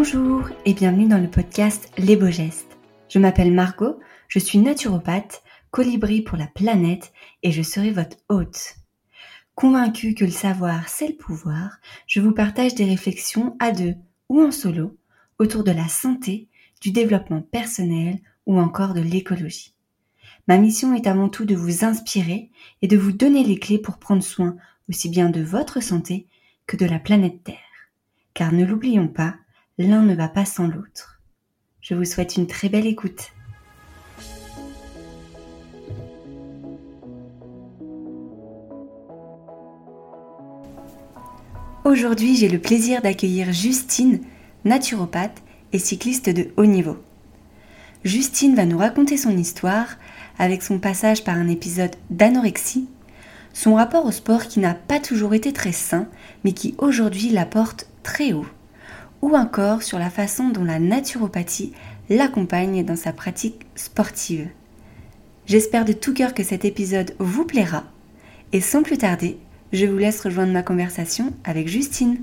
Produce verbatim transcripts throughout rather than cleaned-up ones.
Bonjour et bienvenue dans le podcast Les Beaux Gestes. Je m'appelle Margot, je suis naturopathe, colibri pour la planète et je serai votre hôte. Convaincue que le savoir c'est le pouvoir, je vous partage des réflexions à deux ou en solo autour de la santé, du développement personnel ou encore de l'écologie. Ma mission est avant tout de vous inspirer et de vous donner les clés pour prendre soin aussi bien de votre santé que de la planète Terre. Car ne l'oublions pas, l'un ne va pas sans l'autre. Je vous souhaite une très belle écoute. Aujourd'hui, j'ai le plaisir d'accueillir Justine, naturopathe et cycliste de haut niveau. Justine va nous raconter son histoire avec son passage par un épisode d'anorexie, son rapport au sport qui n'a pas toujours été très sain, mais qui aujourd'hui la porte très haut, ou encore sur la façon dont la naturopathie l'accompagne dans sa pratique sportive. J'espère de tout cœur que cet épisode vous plaira, et sans plus tarder, je vous laisse rejoindre ma conversation avec Justine.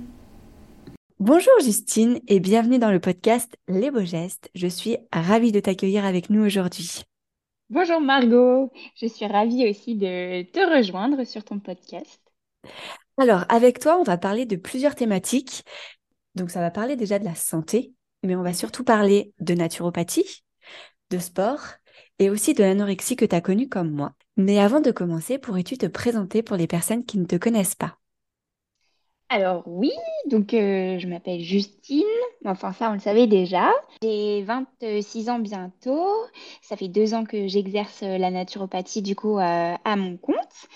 Bonjour Justine et bienvenue dans le podcast Les Beaux Gestes. Je suis ravie de t'accueillir avec nous aujourd'hui. Bonjour Margot, je suis ravie aussi de te rejoindre sur ton podcast. Alors, avec toi, on va parler de plusieurs thématiques. Donc, ça va parler déjà de la santé, mais on va Mhm. surtout parler de naturopathie, de sport et aussi de l'anorexie que tu as connue comme moi. Mais avant de commencer, pourrais-tu te présenter pour les personnes qui ne te connaissent pas? Alors oui, donc euh, je m'appelle Justine, enfin ça on le savait déjà. J'ai vingt-six ans bientôt, ça fait deux ans que j'exerce la naturopathie du coup euh, à mon compte.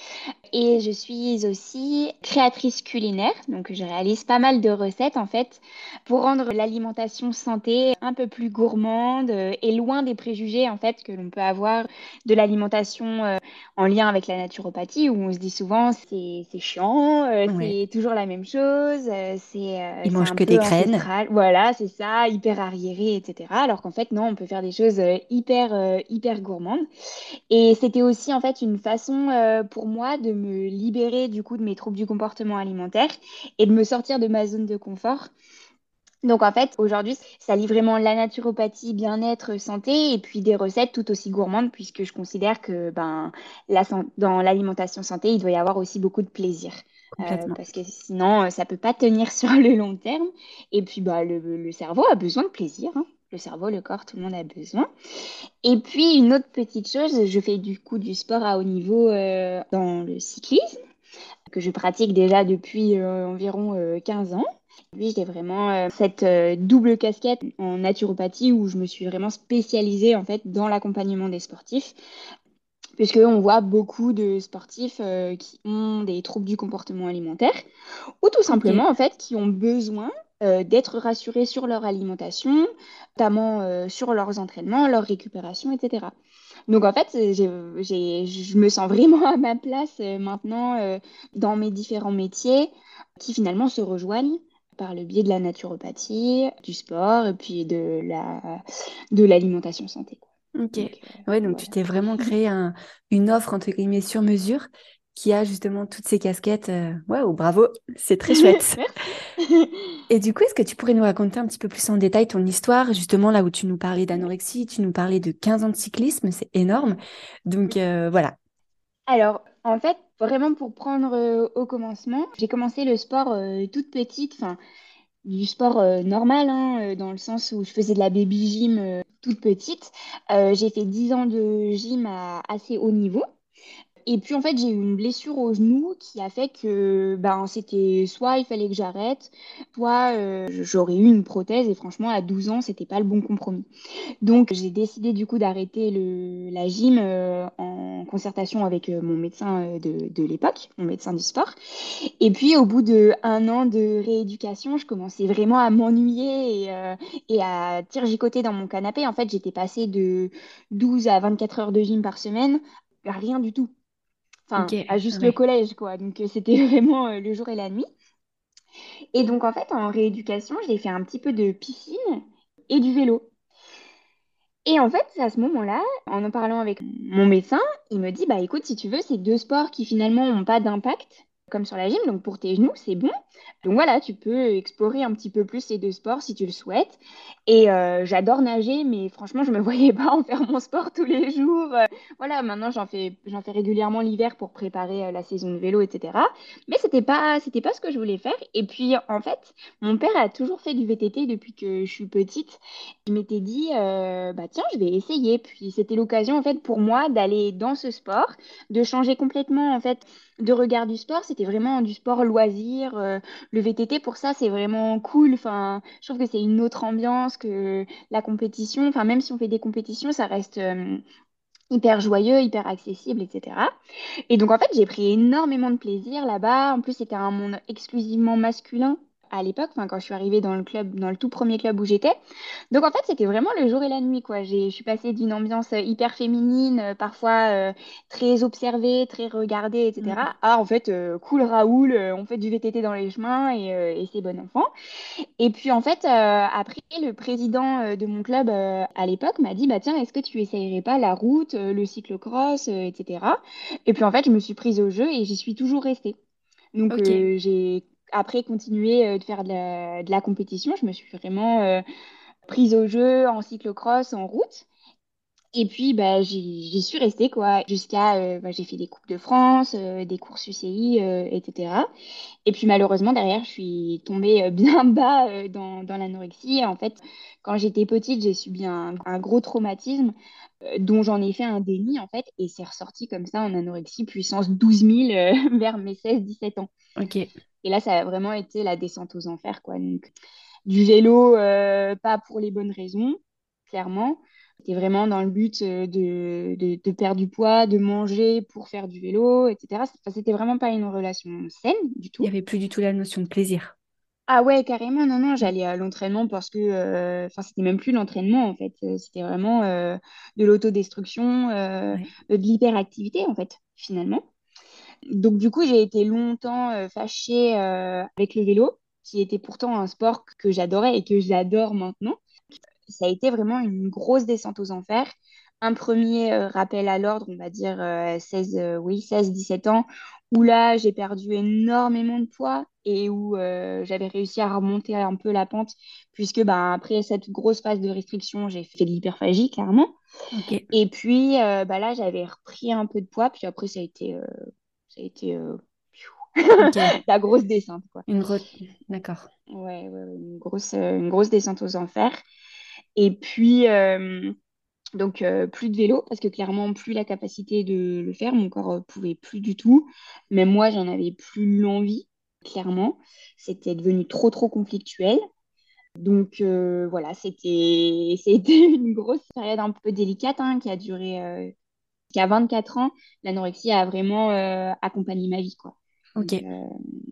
Et je suis aussi créatrice culinaire, donc je réalise pas mal de recettes en fait pour rendre l'alimentation santé un peu plus gourmande euh, et loin des préjugés en fait que l'on peut avoir de l'alimentation euh, en lien avec la naturopathie où on se dit souvent c'est c'est chiant, euh, Ouais, c'est toujours la même chose, euh, c'est euh, ils c'est mangent un que des peu graines. ancestral, voilà, c'est ça, hyper arriéré, et cetera. Alors qu'en fait non, on peut faire des choses euh, hyper euh, hyper gourmandes. Et c'était aussi en fait une façon euh, pour moi de me libérer du coup de mes troubles du comportement alimentaire et de me sortir de ma zone de confort. Donc en fait, aujourd'hui, ça lie vraiment la naturopathie, bien-être, santé et puis des recettes tout aussi gourmandes puisque je considère que ben, la, san- dans l'alimentation santé, il doit y avoir aussi beaucoup de plaisir. Euh, Complètement. parce que sinon, euh, ça peut pas tenir sur le long terme. Et puis, bah, le, le cerveau a besoin de plaisir, hein. Le cerveau, le corps, tout le monde a besoin. Et puis, une autre petite chose, je fais du coup du sport à haut niveau euh, dans le cyclisme, que je pratique déjà depuis euh, environ euh, quinze ans. Puis, j'ai vraiment euh, cette euh, double casquette en naturopathie où je me suis vraiment spécialisée en fait dans l'accompagnement des sportifs, puisqu'on voit beaucoup de sportifs euh, qui ont des troubles du comportement alimentaire ou tout Ok. simplement en fait qui ont besoin euh, d'être rassurés sur leur alimentation, notamment euh, sur leurs entraînements, leur récupération, et cetera. Donc en fait, euh, j'ai, j'ai- je me sens vraiment à ma place euh, maintenant euh, dans mes différents métiers qui finalement se rejoignent par le biais de la naturopathie, du sport et puis de la, de l'alimentation santé, quoi. Ok. Donc euh, Ouais, donc tu voilà. t'es vraiment créé un, une offre entre guillemets sur mesure qui a justement toutes ces casquettes. euh, Waouh, bravo, c'est très chouette. Merci. Et du coup, est-ce que tu pourrais nous raconter un petit peu plus en détail ton histoire, justement là où tu nous parlais Ouais. d'anorexie, tu nous parlais de quinze ans de cyclisme, c'est énorme. Donc euh, voilà. Alors, en fait, vraiment pour prendre euh, au commencement, j'ai commencé le sport euh, toute petite, enfin du sport euh, normal, hein, euh, dans le sens où je faisais de la baby gym euh, toute petite. Euh, j'ai fait dix ans de gym à assez haut niveau. Et puis en fait, j'ai eu une blessure au genou qui a fait que ben, c'était soit il fallait que j'arrête, soit euh, j'aurais eu une prothèse. Et franchement, à douze ans, c'était pas le bon compromis. Donc, j'ai décidé du coup d'arrêter le, la gym euh, en concertation avec euh, mon médecin euh, de, de l'époque, mon médecin du sport. Et puis, au bout de un an de rééducation, je commençais vraiment à m'ennuyer et, euh, et à tergicoter dans mon canapé. En fait, j'étais passée de douze à vingt-quatre heures de gym par semaine à rien du tout. Ok. Enfin, à juste le Ouais. collège, quoi. Donc, euh, c'était vraiment euh, le jour et la nuit. Et donc, en fait, en rééducation, j'ai fait un petit peu de piscine et du vélo. Et en fait, à ce moment-là, en en parlant avec mon médecin, il me dit, bah écoute, si tu veux, c'est deux sports qui finalement n'ont pas d'impact. comme sur la gym, donc pour tes genoux, c'est bon. Donc voilà, tu peux explorer un petit peu plus ces deux sports si tu le souhaites. Et euh, j'adore nager, mais franchement, je me voyais pas en faire mon sport tous les jours. Euh, voilà, maintenant j'en fais, j'en fais régulièrement l'hiver pour préparer euh, la saison de vélo, et cetera. Mais c'était pas, c'était pas ce que je voulais faire. Et puis en fait, mon père a toujours fait du V T T depuis que je suis petite. Je m'étais dit, euh, bah tiens, je vais essayer. Puis c'était l'occasion en fait pour moi d'aller dans ce sport, de changer complètement en fait de regard du sport. C'était vraiment du sport loisir. Euh, le V T T pour ça, c'est vraiment cool. Enfin, je trouve que c'est une autre ambiance que la compétition. Enfin, même si on fait des compétitions, ça reste euh, hyper joyeux, hyper accessible, et cetera. Et donc, en fait, j'ai pris énormément de plaisir là-bas. En plus, c'était un monde exclusivement masculin à l'époque, enfin, quand je suis arrivée dans le club, dans le tout premier club où j'étais. Donc, en fait, c'était vraiment le jour et la nuit, quoi. J'ai, je suis passée d'une ambiance euh, hyper féminine, euh, parfois euh, très observée, très regardée, Mm. et cetera. À, en fait, euh, cool Raoul, euh, on fait du V T T dans les chemins et, euh, et c'est bon enfant. Et puis, en fait, euh, après, le président euh, de mon club euh, à l'époque m'a dit, bah tiens, est-ce que tu essayerais pas la route, euh, le cyclocross, euh, et cetera. Et puis, en fait, je me suis prise au jeu et j'y suis toujours restée. Donc, Ok. euh, j'ai après continué euh, de faire de la, de la compétition. Je me suis vraiment euh, prise au jeu en cyclocross, en route. Et puis, bah, j'y j'y suis restée, quoi, jusqu'à, euh, bah, j'ai fait des Coupes de France, euh, des courses U C I, euh, et cetera. Et puis, malheureusement, derrière, je suis tombée euh, bien bas euh, dans, dans l'anorexie. En fait, quand j'étais petite, j'ai subi un, un gros traumatisme euh, dont j'en ai fait un déni, en fait, et c'est ressorti comme ça en anorexie puissance douze mille euh, vers mes seize dix-sept ans. Ok. Et là, ça a vraiment été la descente aux enfers, quoi. Donc, du vélo, euh, pas pour les bonnes raisons, clairement. C'était vraiment dans le but euh, de, de, de perdre du poids, de manger pour faire du vélo, et cetera. Enfin, c'était vraiment pas une relation saine du Il n'y tout. avait plus du tout la notion de plaisir. Ah ouais, carrément, non, non, Mm. j'allais à l'entraînement parce que, euh, enfin, c'était même plus l'entraînement, en fait. Euh, C'était vraiment euh, de l'autodestruction, euh, Ouais. de l'hyperactivité, en fait, finalement. Donc, du coup, j'ai été longtemps euh, fâchée euh, avec le vélo, qui était pourtant un sport que j'adorais et que j'adore maintenant. Ça a été vraiment une grosse descente aux enfers. Un premier euh, rappel à l'ordre, on va dire euh, seize, euh, oui, seize dix-sept ans, où là, j'ai perdu énormément de poids et où euh, j'avais réussi à remonter un peu la pente, puisque ben, après cette grosse phase de restriction, j'ai fait de l'hyperphagie, clairement. Ok. Et puis euh, bah, là, j'avais repris un peu de poids, puis après, ça a été, euh, ça a été euh, Ok. la grosse descente, quoi. Une re... D'accord. Ouais, ouais, ouais, une grosse, euh, une grosse descente aux enfers. Et puis, euh, donc, euh, plus de vélo, parce que clairement, plus la capacité de le faire, mon corps euh, pouvait plus du tout. Même moi, j'en avais plus l'envie, clairement. C'était devenu trop, trop conflictuel. Donc, euh, voilà, c'était, c'était une grosse période un peu délicate hein, qui a duré euh, jusqu'à vingt-quatre ans. L'anorexie a vraiment euh, accompagné ma vie, quoi. Donc, Ok. euh,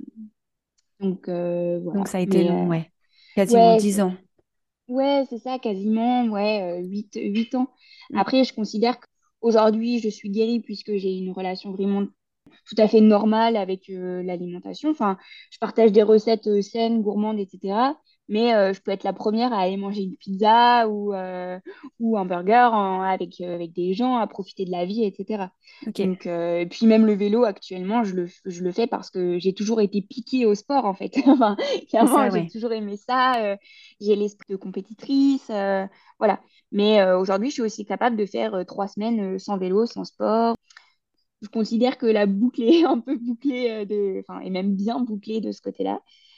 donc euh, Donc voilà. ça a été Mais long, euh, ouais. Quasiment ouais, dix ans. ouais, c'est ça, quasiment, ouais, euh, huit huit ans. Mm. Après, je considère qu'aujourd'hui, je suis guérie puisque j'ai une relation vraiment tout à fait normale avec euh, l'alimentation. Enfin, je partage des recettes euh, saines, gourmandes, et cetera. Mais euh, je peux être la première à aller manger une pizza ou, euh, ou un burger en- avec, euh, avec des gens, à profiter de la vie, et cetera. Ok. Donc, euh, et puis même le vélo, actuellement, je le, je le fais parce que j'ai toujours été piquée au sport, en fait. Enfin, C'est clairement, ça, j'ai ouais. toujours aimé ça. Euh, j'ai l'esprit de compétitrice. Euh, voilà. Mais euh, aujourd'hui, je suis aussi capable de faire euh, trois semaines euh, sans vélo, sans sport. Je considère que la boucle est un peu bouclée euh, de, enfin, et même bien bouclée de ce côté-là.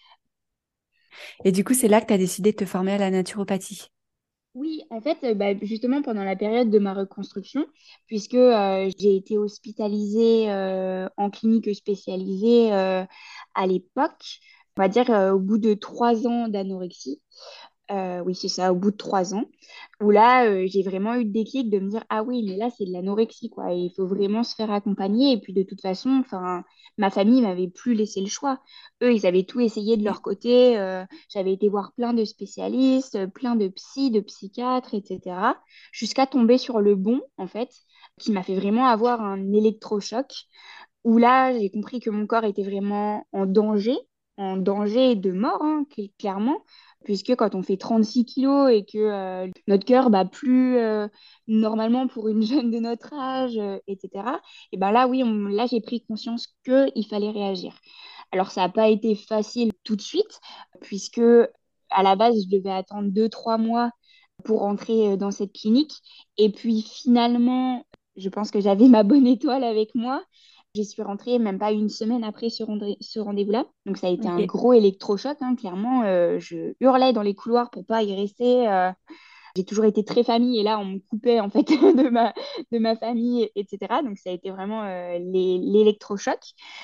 Et du coup, c'est là que tu as décidé de te former à la naturopathie. Oui, en fait, euh, bah, justement pendant la période de ma reconstruction, puisque euh, j'ai été hospitalisée euh, en clinique spécialisée euh, à l'époque, on va dire euh, au bout de trois ans d'anorexie. Euh, oui, c'est ça, au bout de trois ans, où là, euh, j'ai vraiment eu le déclic de me dire, ah oui, mais là, c'est de l'anorexie, quoi. Et il faut vraiment se faire accompagner. Et puis, de toute façon, enfin, ma famille m'avait plus laissé le choix. Eux, ils avaient tout essayé de Ok. leur côté. Euh, j'avais été voir plein de spécialistes, euh, plein de psys, de psychiatres, et cetera, jusqu'à tomber sur le bon, en fait, qui m'a fait vraiment avoir un électrochoc, où là, j'ai compris que mon corps était vraiment en danger en danger de mort, hein, cl- clairement, puisque quand on fait trente-six kilos et que euh, notre cœur bat plus euh, normalement pour une jeune de notre âge, euh, et cetera, et ben là, oui, on- là, j'ai pris conscience qu'il fallait réagir. Alors, ça n'a pas été facile tout de suite, puisque à la base, je devais attendre deux, trois mois pour rentrer euh, dans cette clinique. Et puis finalement, je pense que j'avais ma bonne étoile avec moi. J'y suis rentrée même pas une semaine après ce, rendez- ce rendez-vous-là. Donc ça a été un Ok. gros électrochoc, hein, clairement. Euh, je hurlais dans les couloirs pour pas y rester. Euh, j'ai toujours été très famille et là, on me coupait en fait de ma, de ma famille, et cetera. Donc ça a été vraiment euh, les- l'électrochoc.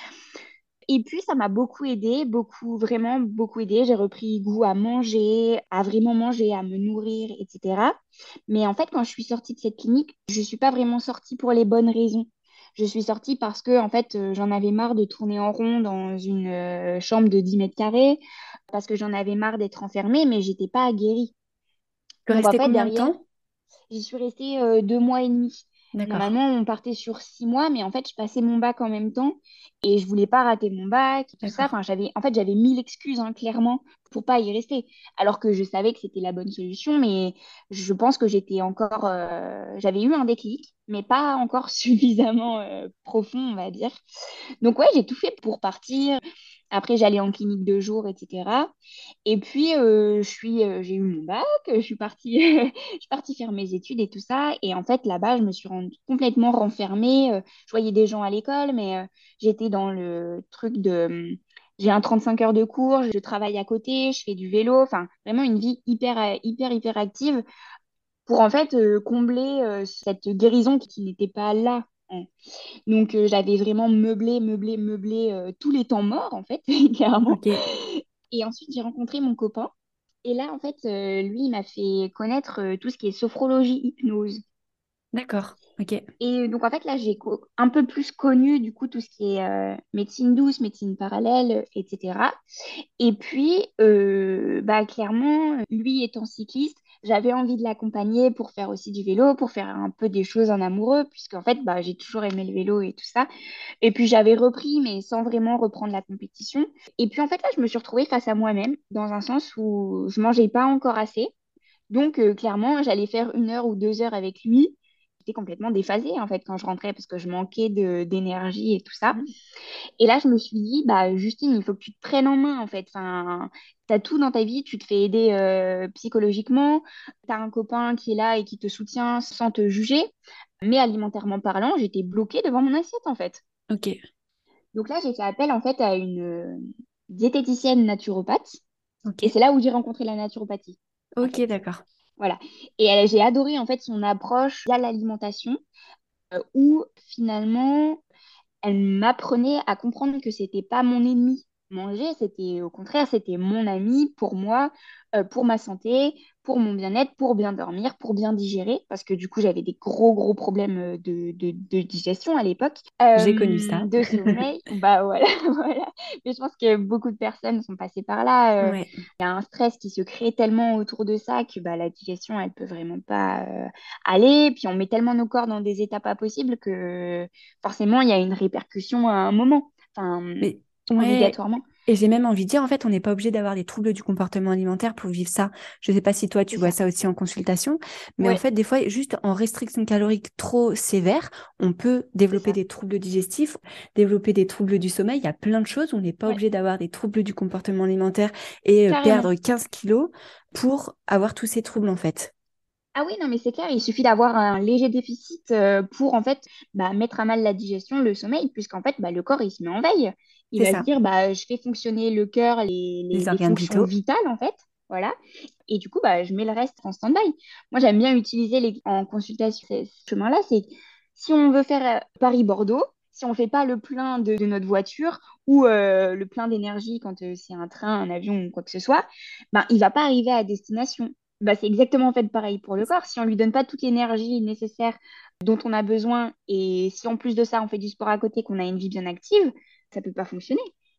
Et puis, ça m'a beaucoup aidé, beaucoup, vraiment beaucoup aidé. J'ai repris goût à manger, à vraiment manger, à me nourrir, et cetera. Mais en fait, quand je suis sortie de cette clinique, je ne suis pas vraiment sortie pour les bonnes raisons. Je suis sortie parce que, en fait, euh, j'en avais marre de tourner en rond dans une euh, chambre de dix mètres carrés, parce que j'en avais marre d'être enfermée, mais j'étais pas guérie. Tu es Donc, en resté fait, combien de derrière, temps? j'y suis restée euh, deux mois et demi. D'accord. Normalement, on partait sur six mois, mais en fait, je passais mon bac en même temps et je voulais pas rater mon bac et tout ça. D'accord. Enfin, j'avais, en fait, j'avais mille excuses, hein, clairement, pour pas y rester. Alors que je savais que c'était la bonne solution, mais je pense que j'étais encore, euh, j'avais eu un déclic, mais pas encore suffisamment euh, profond, on va dire. Donc ouais, j'ai tout fait pour partir. Après, j'allais en clinique de jour, et cetera. Et puis, euh, je suis, euh, j'ai eu mon bac, je suis partie, je suis partie faire mes études et tout ça. Et en fait, là-bas, je me suis rendue complètement renfermée. Euh, je voyais des gens à l'école, mais euh, j'étais dans le truc de... euh, J'ai un trente-cinq heures de cours, je travaille à côté, je fais du vélo. Enfin, vraiment une vie hyper, euh, hyper, hyper active pour en fait euh, combler euh, cette guérison qui, qui n'était pas là, hein. Donc, euh, j'avais vraiment meublé, meublé, meublé euh, tous les temps morts, en fait, clairement. Ok. Et ensuite, j'ai rencontré mon copain. Et là, en fait, euh, lui, il m'a fait connaître euh, tout ce qui est sophrologie, hypnose. D'accord. Ok. Et donc, en fait, là, j'ai co- un peu plus connu, du coup, tout ce qui est euh, médecine douce, médecine parallèle, et cetera. Et puis, euh, bah, clairement, lui étant cycliste, j'avais envie de l'accompagner pour faire aussi du vélo, pour faire un peu des choses en amoureux, puisqu'en fait, bah, j'ai toujours aimé le vélo et tout ça. Et puis, j'avais repris, mais sans vraiment reprendre la compétition. Et puis, en fait, là, je me suis retrouvée face à moi-même, dans un sens où je mangeais pas encore assez. Donc, euh, clairement, j'allais faire une heure ou deux heures avec lui. J'étais complètement déphasée, en fait, quand je rentrais, parce que je manquais de d'énergie et tout ça. Mhm. Et là, je me suis dit, bah, Justine, il faut que tu te prennes en main, en fait. Enfin, tu as tout dans ta vie, tu te fais aider euh, psychologiquement, tu as un copain qui est là et qui te soutient sans te juger. Mais alimentairement parlant, j'étais bloquée devant mon assiette, en fait. Ok. Donc là, j'ai fait appel, en fait, à une euh, diététicienne naturopathe. Ok. Et c'est là où j'ai rencontré la naturopathie, en Ok, fait. d'accord. Voilà. Et elle- j'ai adoré, en fait, son approche via l'alimentation, euh, où finalement, elle m'apprenait à comprendre que c'était pas mon ennemi. Manger, c'était au contraire, c'était mon ami pour moi, euh, pour ma santé, pour mon bien-être, pour bien dormir, pour bien digérer, parce que du coup, j'avais des gros, gros problèmes euh, de, de, de digestion à l'époque, J'ai connu Euh, ça. de sommeil. Bah voilà, voilà. Mais je pense que beaucoup de personnes sont passées par là. Euh, Ouais. Il y a un stress qui se crée tellement autour de ça que bah, la digestion, elle peut vraiment pas euh, aller. Puis on met tellement nos corps dans des états pas possibles que forcément, il y a une répercussion à un moment, enfin, Mais ouais. obligatoirement. Et j'ai même envie de dire, en fait, on n'est pas obligé d'avoir des troubles du comportement alimentaire pour vivre ça. Je ne sais pas si toi, tu C'est vois ça. ça aussi en consultation, mais en Ouais, fait, des fois, juste en restriction calorique trop sévère, on peut c'est développer ça. des troubles digestifs, développer des troubles du sommeil. Il y a plein de choses. On n'est pas Ouais, obligé d'avoir des troubles du comportement alimentaire et euh, carrément. perdre quinze kilos pour avoir tous ces troubles, en fait. Ah oui, non, mais c'est clair, il suffit d'avoir un léger déficit euh, pour en fait bah, mettre à mal la digestion, le sommeil, puisqu'en fait bah, le corps il se met en veille. Il C'est va se ça. dire bah, je fais fonctionner le cœur, les, les, Les les organes fonctions vitaux. vitales en fait. Voilà. Et du coup, bah, je mets le reste en stand-by. Moi, j'aime bien utiliser les, en consultation ce ce chemin-là. C'est si on veut faire euh, Paris-Bordeaux, si on ne fait pas le plein de, de notre voiture ou euh, le plein d'énergie quand euh, c'est un train, un avion ou quoi que ce soit, ben, il ne va pas arriver à destination. Bah, c'est exactement en fait pareil pour le corps. Si on lui donne pas toute l'énergie nécessaire dont on a besoin et si en plus de ça on fait du sport à côté, qu'on a une vie bien active, ça peut pas fonctionner.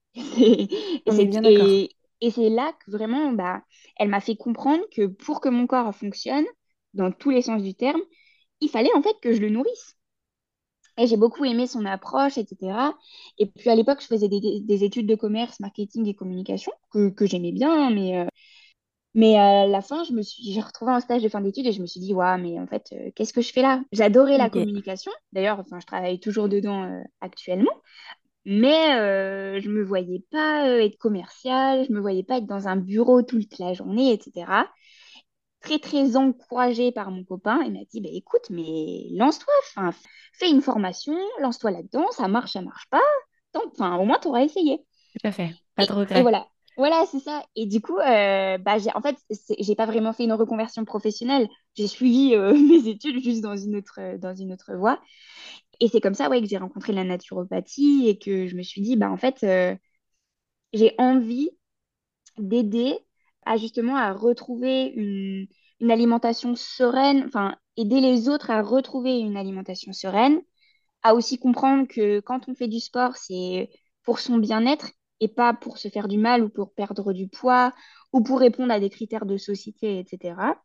Et On est c'est bien d'accord. et, et c'est là que vraiment bah, elle m'a fait comprendre que pour que mon corps fonctionne dans tous les sens du terme, il fallait en fait que je le nourrisse. Et j'ai beaucoup aimé son approche, et cetera. Et puis à l'époque, je faisais des, des études de commerce, marketing et communication que, que j'aimais bien, hein, mais, euh, mais à la fin, je me suis, j'ai retrouvé un stage de fin d'études et je me suis dit, waouh, mais en fait, euh, qu'est-ce que je fais là? J'adorais la Ok. communication. D'ailleurs, enfin, je travaille toujours dedans euh, actuellement, mais euh, je me voyais pas euh, être commerciale, je me voyais pas être dans un bureau toute la journée, et cetera. Très, très encouragée par mon copain, il m'a dit, bah, écoute, mais lance-toi, enfin, fais une formation, lance-toi là-dedans, ça marche, ça marche pas, tant- enfin, au moins, tu auras essayé. Tout à fait. Pas de Et, et regret. voilà, voilà, c'est ça. Et du coup, euh, bah, j'ai, en fait, c'est- j'ai pas vraiment fait une reconversion professionnelle, j'ai suivi euh, mes études juste dans une autre, dans une autre voie. Et c'est comme ça, ouais, que j'ai rencontré la naturopathie et que je me suis dit, bah, en fait, euh, j'ai envie d'aider à justement à retrouver une, une alimentation sereine, enfin aider les autres à retrouver une alimentation sereine, à aussi comprendre que quand on fait du sport, c'est pour son bien-être et pas pour se faire du mal ou pour perdre du poids ou pour répondre à des critères de société, et cetera.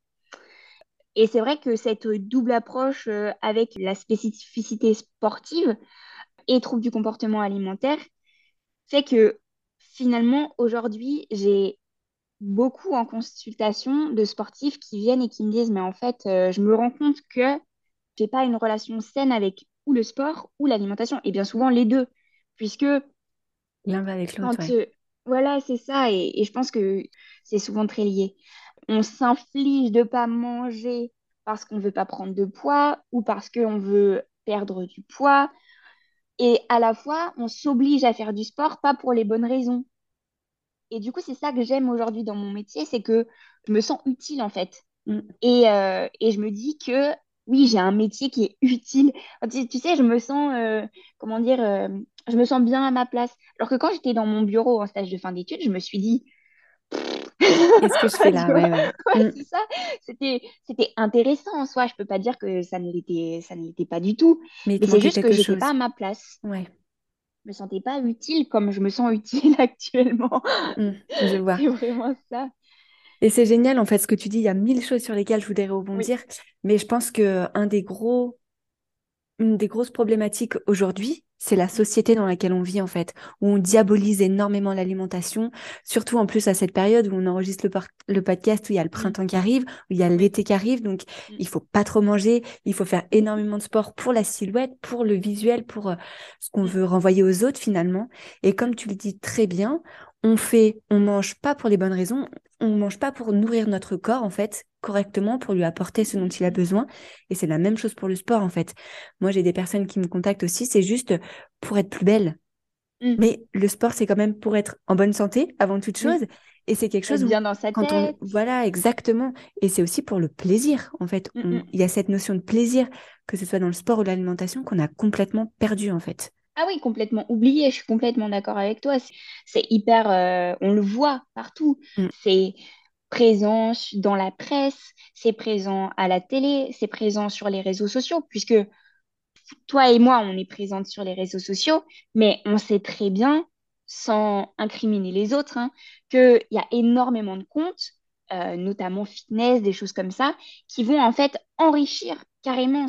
Et c'est vrai que cette double approche euh, avec la spécificité sportive et troubles du comportement alimentaire fait que finalement, aujourd'hui, j'ai beaucoup en consultation de sportifs qui viennent et qui me disent, mais en fait, euh, je me rends compte que j'ai pas une relation saine avec ou le sport ou l'alimentation, et bien souvent les deux, puisque L'un va avec l'autre, quand, ouais. euh, voilà, c'est ça, et, et je pense que c'est souvent très lié. On s'inflige de pas manger parce qu'on veut pas prendre de poids ou parce qu'on veut perdre du poids, et à la fois, on s'oblige à faire du sport, pas pour les bonnes raisons. Et du coup, c'est ça que j'aime aujourd'hui dans mon métier, c'est que je me sens utile en fait. Mm. Et, euh, et je me dis que oui, j'ai un métier qui est utile. Enfin, Tu, tu sais, je me sens, euh, comment dire, euh, je me sens bien à ma place. Alors que quand j'étais dans mon bureau en stage de fin d'études, je me suis dit, Qu'est-ce que je fais enfin, tu là? vois, Ouais, ouais. ouais, Mm. c'est ça. C'était, c'était intéressant en soi. Je peux pas dire que ça ne l'était, ça ne l'était pas du tout. Mais il Mais te c'est manquait juste que quelque j'étais pas chose. à ma place. Ouais. Je me sentais pas utile comme je me sens utile actuellement. Mm. Je vois. C'est vraiment ça. Et c'est génial, en fait, ce que tu dis. Il y a mille choses sur lesquelles je voudrais Oui. rebondir. Mais je pense que un des gros Une des grosses problématiques aujourd'hui, c'est la Mm, société dans laquelle on vit en fait, où on diabolise énormément l'alimentation, surtout en plus à cette période où on enregistre le, par- le podcast, où il y a le mm, printemps qui arrive, où il y a oui. l'été qui arrive, donc Mm, il faut pas trop manger, il faut faire mm, énormément de sport pour la silhouette, pour le visuel, pour euh, ce qu'on mm, veut renvoyer aux autres finalement. Et mm, comme tu le dis très bien, on fait, on mange pas pour les bonnes raisons, on mange pas pour nourrir notre corps en fait correctement, pour lui apporter ce dont mm, il a mm, besoin. Et c'est la même chose pour le sport en fait. Moi, j'ai des personnes qui me contactent aussi, c'est juste pour être plus belle. mm. Mais le sport, c'est quand même pour être en bonne santé avant toute chose. Oui, Et c'est quelque chose être où, bien dans sa quand on... tête. Voilà, exactement. Et c'est aussi pour le plaisir, en fait. Mm, On- mm. Il y a cette notion de plaisir, que ce soit dans le sport ou l'alimentation, qu'on a complètement perdu, en fait. Ah oui, complètement oublié, je suis complètement d'accord avec toi. C'est c'est hyper, euh, on le voit partout. Mm. C'est présent dans la presse, c'est présent à la télé, c'est présent sur les réseaux sociaux, puisque toi et moi, on est présente sur les réseaux sociaux, mais on sait très bien, sans incriminer les autres, hein, qu'il y a énormément de comptes, euh, notamment fitness, des choses comme ça, qui vont en fait enrichir carrément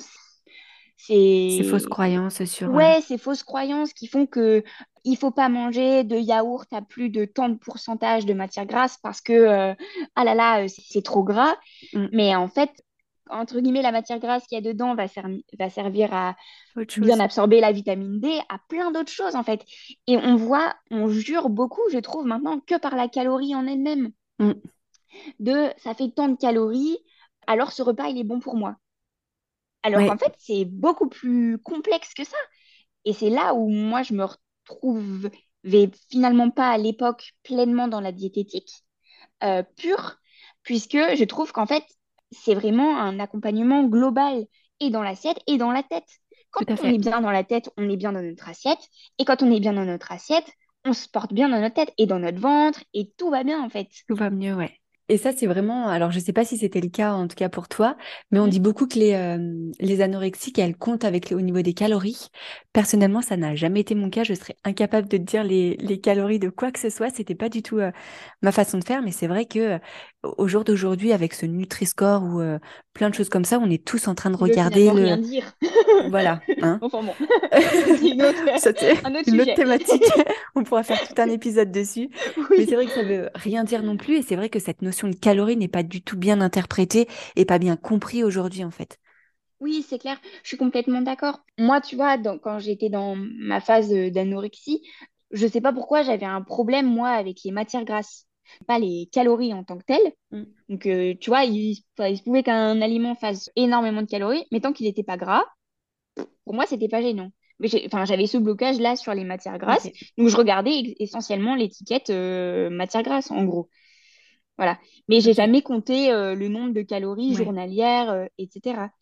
Ces fausses ces, croyances sur... euh, ouais, ces fausses croyances qui font que il faut pas manger de yaourt à plus de tant de pourcentage de matière grasse parce que, euh, ah là là, euh, c'est c'est trop gras. mm, Mais en fait, entre guillemets, la matière grasse qu'il y a dedans va, servi- va servir à autre bien chose. absorber la vitamine D, à plein d'autres choses en fait. Et on voit, on jure beaucoup, je trouve maintenant, que par la calorie en elle-même, Mm. de ça fait tant de calories, alors ce repas il est bon pour moi. Alors qu'en Ouais, fait, c'est beaucoup plus complexe que ça. Et c'est là où moi, je me retrouvais finalement pas à l'époque pleinement dans la diététique euh, pure, puisque je trouve qu'en fait, c'est vraiment un accompagnement global et dans l'assiette et dans la tête. Quand tout à on est fait. bien dans la tête, on est bien dans notre assiette. Et quand on est bien dans notre assiette, on se porte bien dans notre tête et dans notre ventre et tout va bien en fait. Tout va mieux, ouais. Et ça, c'est vraiment, alors je sais pas si c'était le cas en tout cas pour toi, mais on Mm. dit beaucoup que les, euh, les anorexiques, elles comptent avec les- au niveau des calories. Personnellement, ça n'a jamais été mon cas. Je serais incapable de te dire les, les calories de quoi que ce soit. C'était pas du tout euh, ma façon de faire, mais c'est vrai que euh, au jour d'aujourd'hui, avec ce Nutri-Score ou euh, plein de choses comme ça, on est tous en train de Qui veut regarder finalement rien le, dire. voilà, hein. Enfin bon, ça c'est une autre, Ça, c'est un autre une autre sujet. thématique. On pourra faire tout un épisode dessus. Mais c'est Oui. vrai que ça veut rien dire non plus. Et c'est vrai que cette notion de calorie n'est pas du tout bien interprétée et pas bien compris aujourd'hui, en fait. Oui, c'est clair, je suis complètement d'accord. Moi, tu vois, dans- quand j'étais dans ma phase euh, d'anorexie, je sais pas pourquoi j'avais un problème, moi, avec les matières grasses, pas les calories en tant que telles. Mm. Donc, euh, tu vois, il, enfin, il se pouvait qu'un aliment fasse énormément de calories, mais tant qu'il n'était pas gras, pour moi, c'était pas gênant. Mais j'ai- enfin, j'avais ce blocage-là sur les matières grasses, Ok. donc je regardais ex- essentiellement l'étiquette euh, matières grasses, en gros. Voilà. Mais j'ai Ok. jamais compté euh, le nombre de calories Ouais. journalières, euh, et cetera.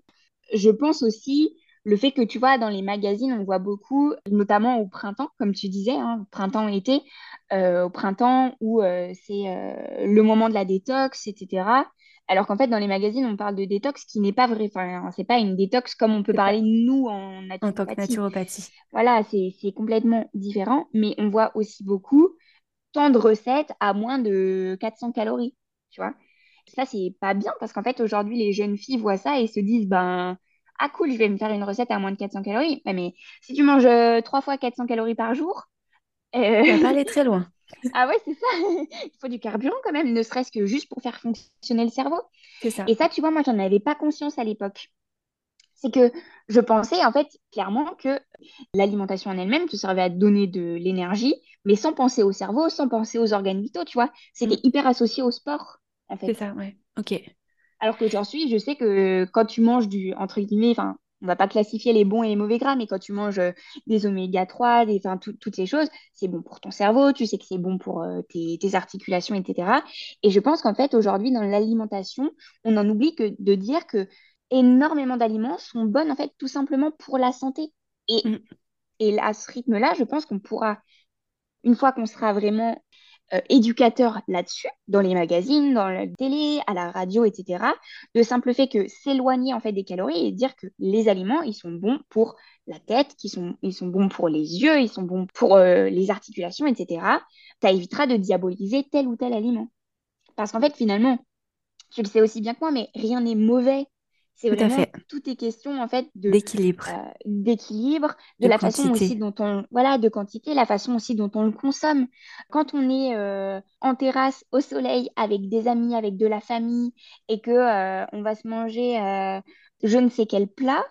Je pense aussi le fait que tu vois, dans les magazines, on voit beaucoup, notamment au printemps, comme tu disais, hein, printemps-été, euh, au printemps où euh, c'est euh, le moment de la détox, et cetera. Alors qu'en fait, dans les magazines, on parle de détox qui n'est pas vrai. Enfin, c'est pas une détox comme on peut C'est pas parler nous en en tant que naturopathie. naturopathie. Voilà, c'est c'est complètement différent. Mais on voit aussi beaucoup tant de recettes à moins de quatre cents calories, tu vois. Ça, c'est pas bien parce qu'en fait, aujourd'hui, les jeunes filles voient ça et se disent, ben, ah cool, je vais me faire une recette à moins de quatre cents calories. Ouais, mais si tu manges euh, trois fois quatre cents calories par jour, euh, Ça va pas aller très loin. ah ouais, c'est ça. Il faut du carburant quand même, ne serait-ce que juste pour faire fonctionner le cerveau. C'est ça. Et ça, tu vois, moi, j'en avais pas conscience à l'époque. C'est que je pensais en fait clairement que l'alimentation en elle-même te servait à te donner de l'énergie, mais sans penser au cerveau, sans penser aux organes vitaux, tu vois. C'était Mm. hyper associé au sport, en C'est fait. ça, ouais. Ok. Alors qu'aujourd'hui, je sais que quand tu manges du, entre guillemets, enfin, on va pas classifier les bons et les mauvais gras, mais quand tu manges euh, des oméga trois, des, enfin, tout- toutes ces choses, c'est bon pour ton cerveau, tu sais que c'est bon pour euh, tes, tes articulations, et cetera. Et je pense qu'en fait, aujourd'hui, dans l'alimentation, on en oublie que de dire que énormément d'aliments sont bonnes, en fait, tout simplement pour la santé. Et, Mm. et à ce rythme-là, je pense qu'on pourra, une fois qu'on sera vraiment euh, éducateur là-dessus, dans les magazines, dans la télé, à la radio, et cetera. Le simple fait que s'éloigner en fait des calories et dire que les aliments, ils sont bons pour la tête, qu'ils sont, ils sont bons pour les yeux, ils sont bons pour euh, les articulations, et cetera. Ça évitera de diaboliser tel ou tel aliment. Parce qu'en fait, finalement, tu le sais aussi bien que moi, mais rien n'est mauvais. C'est Tout à vraiment, fait. tout est question en fait de D'équilibre, euh, d'équilibre, de de la façon quantité. aussi dont on, voilà, de quantité, la façon aussi dont on le consomme. Quand on est euh, en terrasse, au soleil, avec des amis, avec de la famille, et que euh, on va se manger euh, je ne sais quel plat,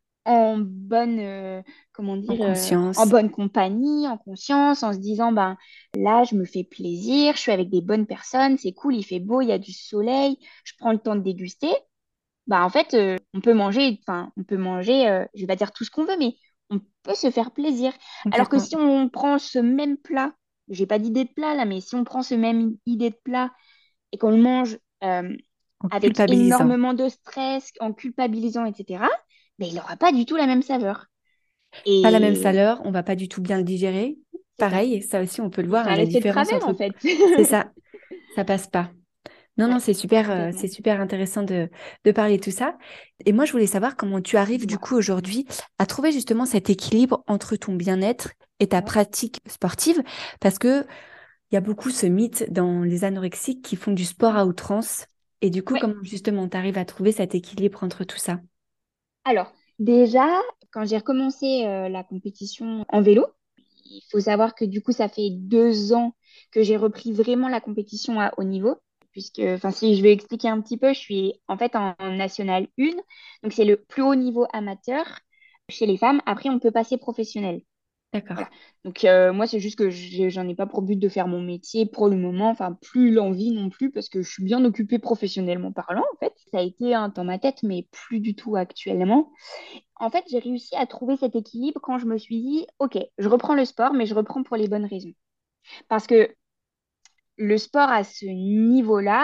en bonne, euh, comment En dire, euh, en conscience. bonne compagnie, en conscience, en se disant, ben là, je me fais plaisir, je suis avec des bonnes personnes, c'est cool, il fait beau, il y a du soleil, je prends le temps de déguster. Bah en fait, euh, on peut manger, enfin, on peut manger, euh, je vais pas dire tout ce qu'on veut, mais on peut se faire plaisir. Alors que Complètement. si on prend ce même plat, j'ai pas d'idée de plat là, mais si on prend ce même idée de plat et qu'on le mange euh, En avec culpabilisant. énormément de stress, en culpabilisant, et cetera, ben, il n'aura pas du tout la même saveur. Pas la même Et saveur, on va pas du tout bien le digérer. c'est ça. Pareil, ça aussi, on peut le Il voir, sera hein, la resté de différence travers en entre... fait. C'est ça, ça passe pas. Non, non, Ouais, c'est super, euh, c'est complètement. super intéressant de, de parler de tout ça. Et moi, je voulais savoir comment tu arrives du Dis-moi. coup aujourd'hui à trouver justement cet équilibre entre ton bien-être et ta Ouais. pratique sportive, parce que il y a beaucoup ce mythe dans les anorexiques qui font du sport à outrance. Et du coup, Ouais. comment justement tu arrives à trouver cet équilibre entre tout ça? Alors, déjà, quand j'ai recommencé euh, la compétition en vélo, il faut savoir que du coup, ça fait deux ans que j'ai repris vraiment la compétition à haut niveau. Puisque, enfin, si je vais expliquer un petit peu, je suis en fait en, en National un, donc c'est le plus haut niveau amateur chez les femmes. Après, on peut passer professionnel. D'accord. Voilà. Donc, euh, moi, c'est juste que j'ai- j'en ai pas pour but de faire mon métier pour le moment, enfin, plus l'envie non plus, parce que je suis bien occupée professionnellement parlant, en fait. Ça a été hein, dans ma tête, mais plus du tout actuellement. En fait, j'ai réussi à trouver cet équilibre quand je me suis dit, OK, je reprends le sport, mais je reprends pour les bonnes raisons. Parce que le sport à ce niveau-là,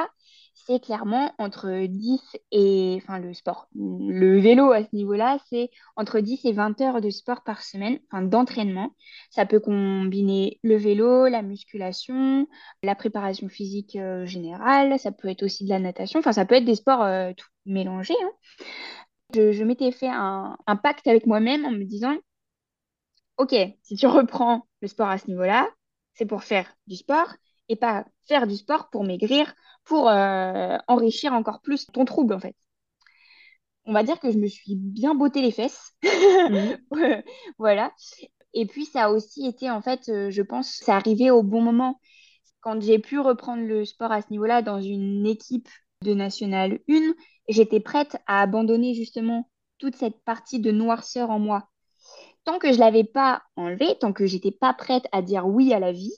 c'est clairement entre dix et... Enfin, le sport. Le vélo à ce niveau-là, c'est entre dix et vingt heures de sport par semaine, enfin d'entraînement. Ça peut combiner le vélo, la musculation, la préparation physique euh, générale. Ça peut être aussi de la natation. Enfin, ça peut être des sports euh, tout mélangés, hein. Je, je m'étais fait un, un pacte avec moi-même en me disant, OK, si tu reprends le sport à ce niveau-là, c'est pour faire du sport et pas faire du sport pour maigrir, pour euh, enrichir encore plus ton trouble, en fait. On va dire que je me suis bien botté les fesses. Mhm. Ouais, voilà. Et puis, ça a aussi été, en fait, euh, je pense, c'est arrivé au bon moment. Quand j'ai pu reprendre le sport à ce niveau-là dans une équipe de National un, j'étais prête à abandonner justement toute cette partie de noirceur en moi. Tant que je l'avais pas enlevé, tant que j'étais pas prête à dire oui à la vie,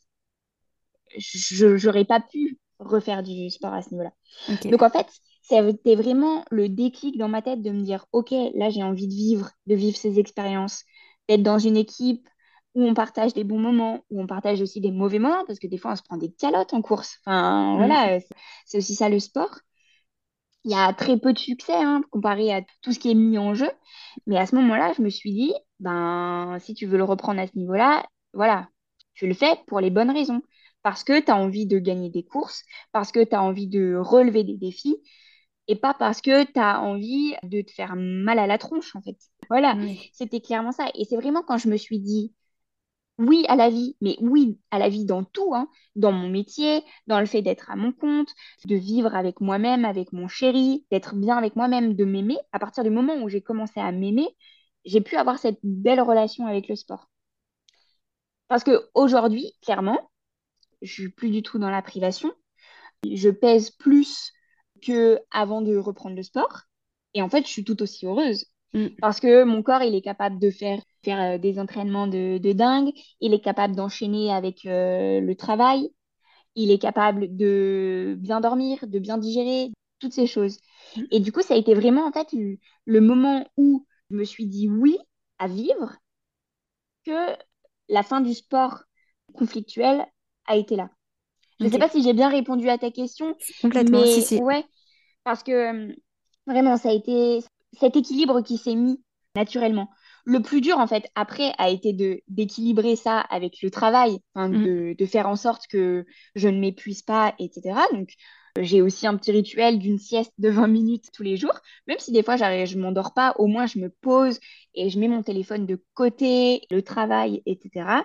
je j'aurais pas pu refaire du sport à ce niveau-là. Ok. Donc en fait, c'était vraiment le déclic dans ma tête de me dire, OK, là j'ai envie de vivre, de vivre ces expériences, d'être dans une équipe où on partage des bons moments, où on partage aussi des mauvais moments, parce que des fois on se prend des calottes en course. Enfin Mhm. voilà, c'est c'est aussi ça le sport. Il y a très peu de succès hein, comparé à tout ce qui est mis en jeu. Mais à ce moment-là, je me suis dit, ben, si tu veux le reprendre à ce niveau-là, voilà, tu le fais pour les bonnes raisons. Parce que tu as envie de gagner des courses, parce que tu as envie de relever des défis, et pas parce que tu as envie de te faire mal à la tronche, en fait. Voilà, Oui. c'était clairement ça. Et c'est vraiment quand je me suis dit, oui à la vie, mais oui à la vie dans tout, hein, dans mon métier, dans le fait d'être à mon compte, de vivre avec moi-même, avec mon chéri, d'être bien avec moi-même, de m'aimer. À partir du moment où j'ai commencé à m'aimer, j'ai pu avoir cette belle relation avec le sport. Parce que aujourd'hui, clairement, je suis plus du tout dans la privation. Je pèse plus que avant de reprendre le sport. Et en fait, je suis tout aussi heureuse. Mhm. Parce que mon corps, il est capable de faire, faire euh, des entraînements de, de dingue. Il est capable d'enchaîner avec euh, le travail. Il est capable de bien dormir, de bien digérer, toutes ces choses. Et du coup, ça a été vraiment, en fait, le, le moment où je me suis dit oui à vivre, que la fin du sport conflictuel a été là. Je ne sais pas Ok. si j'ai bien répondu à ta question, Complètement. Si, mais si. ouais, parce que euh, vraiment, ça a été cet équilibre qui s'est mis naturellement. Le plus dur, en fait, après, a été de d'équilibrer ça avec le travail, enfin, Mhm. de, de faire en sorte que je ne m'épuise pas, et cetera. Donc, euh, j'ai aussi un petit rituel d'une sieste de vingt minutes tous les jours. Même si des fois, j'arrive, je m'endors pas, au moins, je me pose et je mets mon téléphone de côté, le travail, et cetera.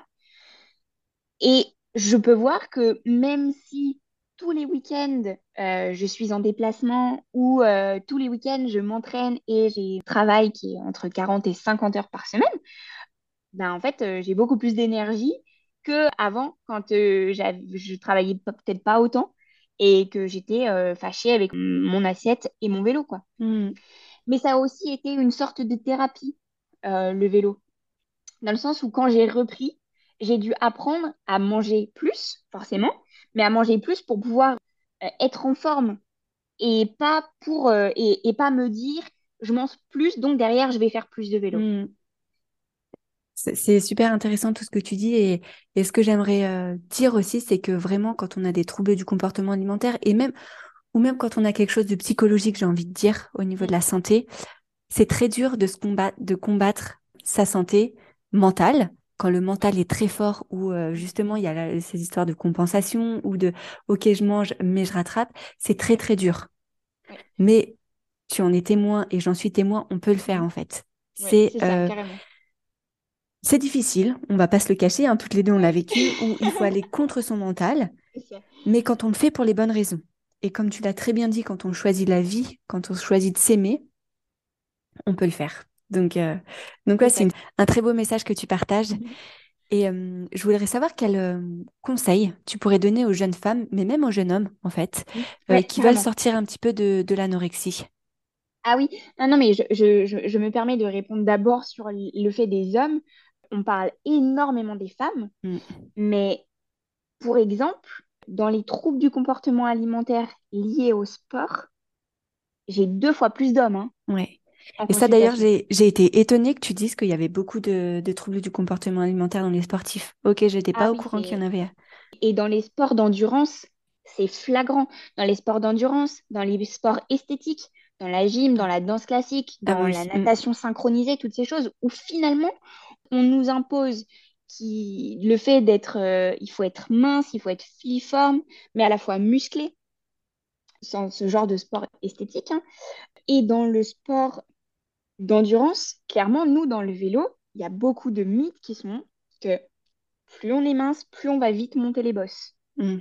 Et je peux voir que même si tous les week-ends, euh, je suis en déplacement ou euh, tous les week-ends, je m'entraîne et j'ai un travail qui est entre quarante et cinquante heures par semaine, ben en fait, euh, j'ai beaucoup plus d'énergie qu'avant quand euh, j'av- je travaillais pas- peut-être pas autant et que j'étais euh, fâchée avec mon assiette et mon vélo, quoi. Mhm. Mais ça a aussi été une sorte de thérapie, euh, le vélo. Dans le sens où quand j'ai repris, j'ai dû apprendre à manger plus, forcément, mais à manger plus pour pouvoir euh, être en forme et pas pour euh, et, et pas me dire je mange plus, donc derrière je vais faire plus de vélo. Mhm. C'est c'est super intéressant tout ce que tu dis et, et ce que j'aimerais euh, dire aussi, c'est que vraiment quand on a des troubles du comportement alimentaire et même ou même quand on a quelque chose de psychologique, j'ai envie de dire au niveau de Mm. la santé, c'est très dur de se combattre, de combattre sa santé mentale quand le mental est très fort ou euh, justement il y a la- ces histoires de compensation ou de ok je mange mais je rattrape, c'est très Ouais, très dur. ouais. Mais tu en es témoin et j'en suis témoin, on peut le faire Mhm. en fait. Ouais, C'est c'est ça, euh, carrément. c'est difficile, on va pas se le cacher, hein, toutes les deux on l'a vécu, où il faut aller contre son mental, C'est ça. mais quand on le fait pour les bonnes raisons. Et comme tu l'as très bien dit, quand on choisit la vie, quand on choisit de s'aimer, on peut le faire. Donc, euh, donc ouais, C'est c'est ça. une- un très beau message que tu partages. Mhm. Et euh, je voudrais savoir quel euh, conseil tu pourrais donner aux jeunes femmes, mais même aux jeunes hommes, en fait, Mhm. euh, Ouais, qui veulent carrément. sortir un petit peu de, de l'anorexie. Ah oui, non, non, mais je, je, je, je me permets de répondre d'abord sur le fait des hommes. On parle énormément des femmes, Mm. mais pour exemple, dans les troubles du comportement alimentaire liés au sport, j'ai deux fois plus d'hommes hein, Ouais. en Et ça, d'ailleurs, consultation. j'ai, j'ai été étonnée que tu dises qu'il y avait beaucoup de, de troubles du comportement alimentaire dans les sportifs. Ok, j'étais Ah pas au oui, courant qu'il y c'est... en avait. Et dans les sports d'endurance, c'est flagrant dans les sports d'endurance, dans les sports esthétiques, dans la gym, dans la danse classique, Ah bah dans oui. la Mm. natation synchronisée, toutes ces choses où finalement on nous impose qui, le fait d'être, euh, il faut être mince, il faut être filiforme, mais à la fois musclé, sans ce genre de sport esthétique, hein. Et dans le sport d'endurance, clairement, nous, dans le vélo, il y a beaucoup de mythes qui sont que plus on est mince, plus on va vite monter les bosses. Mm.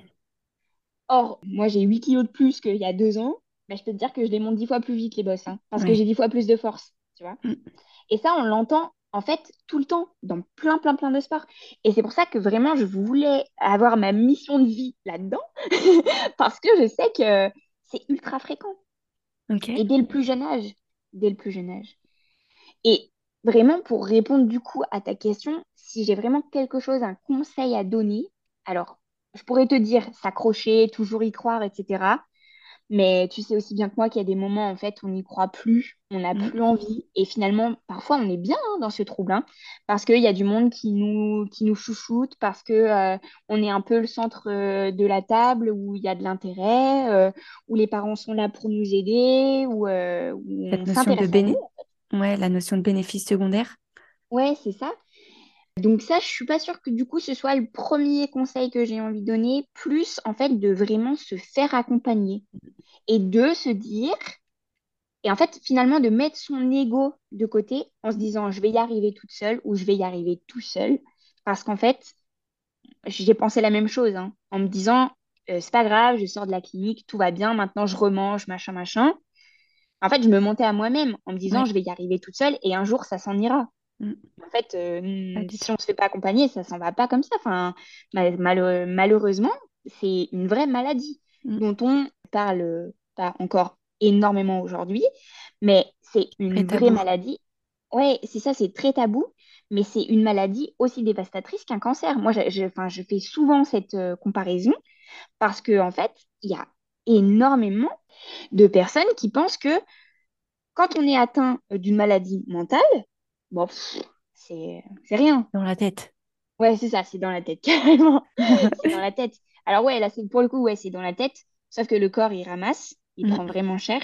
Or, moi, j'ai huit kilos de plus qu'il y a deux ans, mais je peux te dire que je les monte dix fois plus vite, les bosses, hein, parce que Ouais. j'ai dix fois plus de force, tu vois. Mm. Et ça, on l'entend, en fait, tout le temps, dans plein, plein, plein de sports. Et c'est pour ça que vraiment, je voulais avoir ma mission de vie là-dedans, parce que je sais que c'est ultra fréquent. Ok. Et dès le plus jeune âge, dès le plus jeune âge. Et vraiment, pour répondre du coup à ta question, si j'ai vraiment quelque chose, un conseil à donner, alors, je pourrais te dire s'accrocher, toujours y croire, et cetera. Mais tu sais aussi bien que moi qu'il y a des moments, en fait, on n'y croit plus, on n'a Mm. plus envie. Et finalement, parfois, on est bien hein, dans ce trouble, hein, parce qu'il y a du monde qui nous, qui nous chouchoute, parce que euh, on est un peu le centre euh, de la table, où il y a de l'intérêt, euh, où les parents sont là pour nous aider, où, euh, où on Cette notion de s'intéresse à nous. béné... Ouais, la notion de bénéfice secondaire. Ouais, c'est ça. Donc ça, je suis pas sûre que du coup, ce soit le premier conseil que j'ai envie de donner, plus en fait de vraiment se faire accompagner et de se dire et en fait, finalement, de mettre son ego de côté en se disant, je vais y arriver toute seule ou je vais y arriver tout seul. Parce qu'en fait, j'ai pensé la même chose, hein, en me disant, euh, c'est pas grave, je sors de la clinique, tout va bien, maintenant je remange, machin, machin. En fait, je me montais à moi-même en me disant, Ouais. je vais y arriver toute seule et un jour, ça s'en ira. Mm. En fait, Pas euh, du tout. si on se fait pas accompagner, ça s'en va pas comme ça. Enfin, mal- mal- malheureusement, c'est une vraie maladie Mm. dont on parle pas encore énormément aujourd'hui, mais c'est Très une vraie tabou. maladie. Ouais, c'est ça, c'est très tabou, mais c'est une maladie aussi dévastatrice qu'un cancer. Moi, je, je- enfin, je fais souvent cette euh, comparaison parce que en fait, il y a énormément de personnes qui pensent que quand on est atteint euh, d'une maladie mentale, bon, pff, c'est c'est rien. Dans la tête. Ouais, c'est ça, c'est dans la tête, carrément. C'est dans la tête. Alors ouais, là, c'est pour le coup, ouais, c'est dans la tête. Sauf que le corps, il ramasse, il Mm. prend vraiment cher.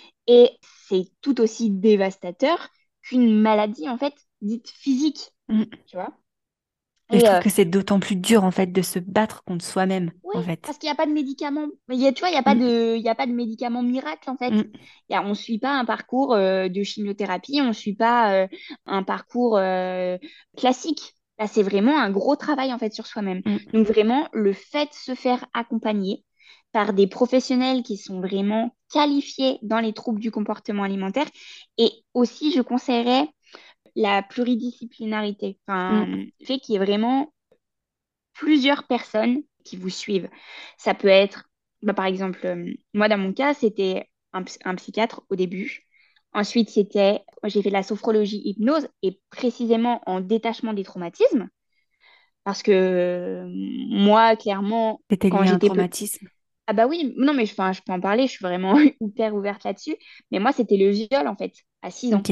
Et c'est tout aussi dévastateur qu'une maladie, en fait, dite physique, Mm. tu vois. Et je Et trouve euh, que c'est d'autant plus dur, en fait, de se battre contre soi-même, ouais, en fait. parce qu'il n'y a pas de médicament. Mais il y a, tu vois, il n'y a pas Mm. de, il y a pas de médicament miracle, en fait. Mm. Il y a, on ne suit pas un parcours euh, de chimiothérapie, on ne suit pas euh, un parcours euh, classique. Là, c'est vraiment un gros travail, en fait, sur soi-même. Mm. Donc, vraiment, le fait de se faire accompagner par des professionnels qui sont vraiment qualifiés dans les troubles du comportement alimentaire. Et aussi, je conseillerais la pluridisciplinarité. Enfin, Mm. le fait qu'il y ait vraiment plusieurs personnes qui vous suivent. Ça peut être, bah, par exemple, euh, moi dans mon cas, c'était un, ps- un psychiatre au début. Ensuite, c'était, j'ai fait de la sophrologie hypnose et précisément en détachement des traumatismes. Parce que euh, moi, clairement, C'était quand lié à un j'étais petite, traumatisme. ah bah oui, non mais enfin, je peux en parler, je suis vraiment hyper ouverte là-dessus. Mais moi, c'était le viol en fait, à six ans. Ok.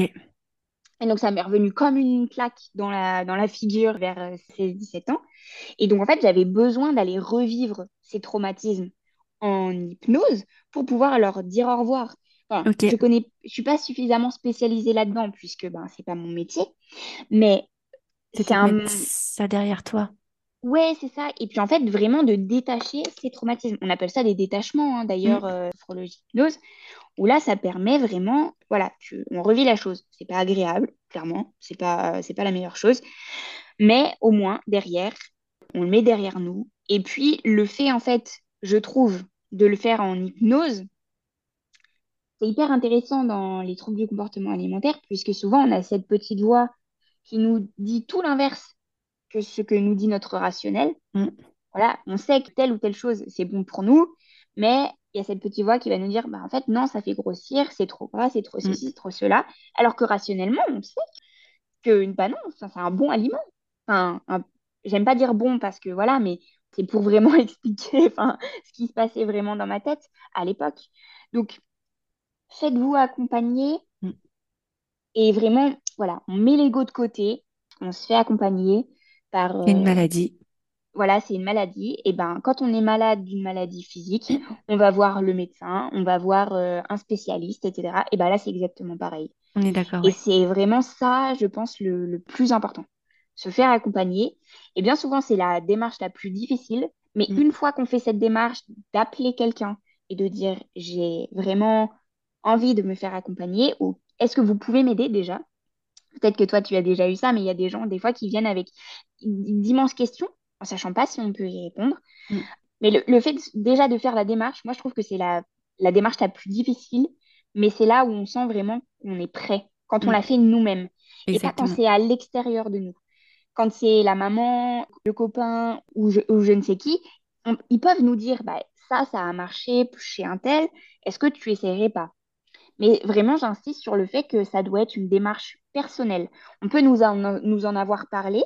Et donc, ça m'est revenu comme une claque dans la, dans la figure vers euh, seize dix-sept ans. Et donc, en fait, j'avais besoin d'aller revivre ces traumatismes en hypnose pour pouvoir leur dire au revoir. Enfin, Ok. je connais, je suis pas suffisamment spécialisée là-dedans puisque ben, c'est pas mon métier, mais c'est C'était de mettre un, ça derrière toi. ouais, c'est ça. Et puis en fait, vraiment de détacher ces traumatismes. On appelle ça des détachements, hein, d'ailleurs, Mm. euh, sophrologie hypnose, où là, ça permet vraiment, voilà, tu- on revit la chose. C'est pas agréable, clairement, c'est pas, c'est pas la meilleure chose, mais au moins derrière, on le met derrière nous. Et puis le fait, en fait, je trouve, de le faire en hypnose, c'est hyper intéressant dans les troubles du comportement alimentaire, puisque souvent on a cette petite voix qui nous dit tout l'inverse que ce que nous dit notre rationnel. Mm. Voilà, on sait que telle ou telle chose, c'est bon pour nous, mais il y a cette petite voix qui va nous dire, bah, en fait, non, ça fait grossir, c'est trop gras, c'est trop Mm. ceci, c'est trop cela. Alors que rationnellement, on sait que, bah non, ça, c'est un bon aliment. Enfin, un- j'aime pas dire bon parce que voilà, mais c'est pour vraiment expliquer, enfin, ce qui se passait vraiment dans ma tête à l'époque. Donc, faites-vous accompagner Mm. et vraiment, voilà, on met l'ego de côté, on se fait accompagner par, C'est une euh, maladie. voilà, c'est une maladie. Et ben, quand on est malade d'une maladie physique, on va voir le médecin, on va voir euh, un spécialiste, et cetera. Et ben là, c'est exactement pareil. On est d'accord, Et ouais. c'est vraiment ça, je pense, le, le plus important. Se faire accompagner. Et bien souvent, c'est la démarche la plus difficile. Mais Mm. une fois qu'on fait cette démarche d'appeler quelqu'un et de dire, j'ai vraiment envie de me faire accompagner, ou est-ce que vous pouvez m'aider déjà? Peut-être que toi, tu as déjà eu ça, mais il y a des gens, des fois, qui viennent avec d'immenses questions, en sachant pas si on peut y répondre. Mm. Mais le, le fait de- déjà de faire la démarche, moi, je trouve que c'est la, la démarche la plus difficile, mais c'est là où on sent vraiment qu'on est prêt, quand on Mm. l'a fait nous-mêmes, et pas quand Exactement. c'est à l'extérieur de nous. Quand c'est la maman, le copain ou je, ou je ne sais qui, on- ils peuvent nous dire, bah, ça, ça a marché chez un tel, est-ce que tu essaierais pas? Mais vraiment, j'insiste sur le fait que ça doit être une démarche personnelle. On peut nous en, nous en avoir parlé,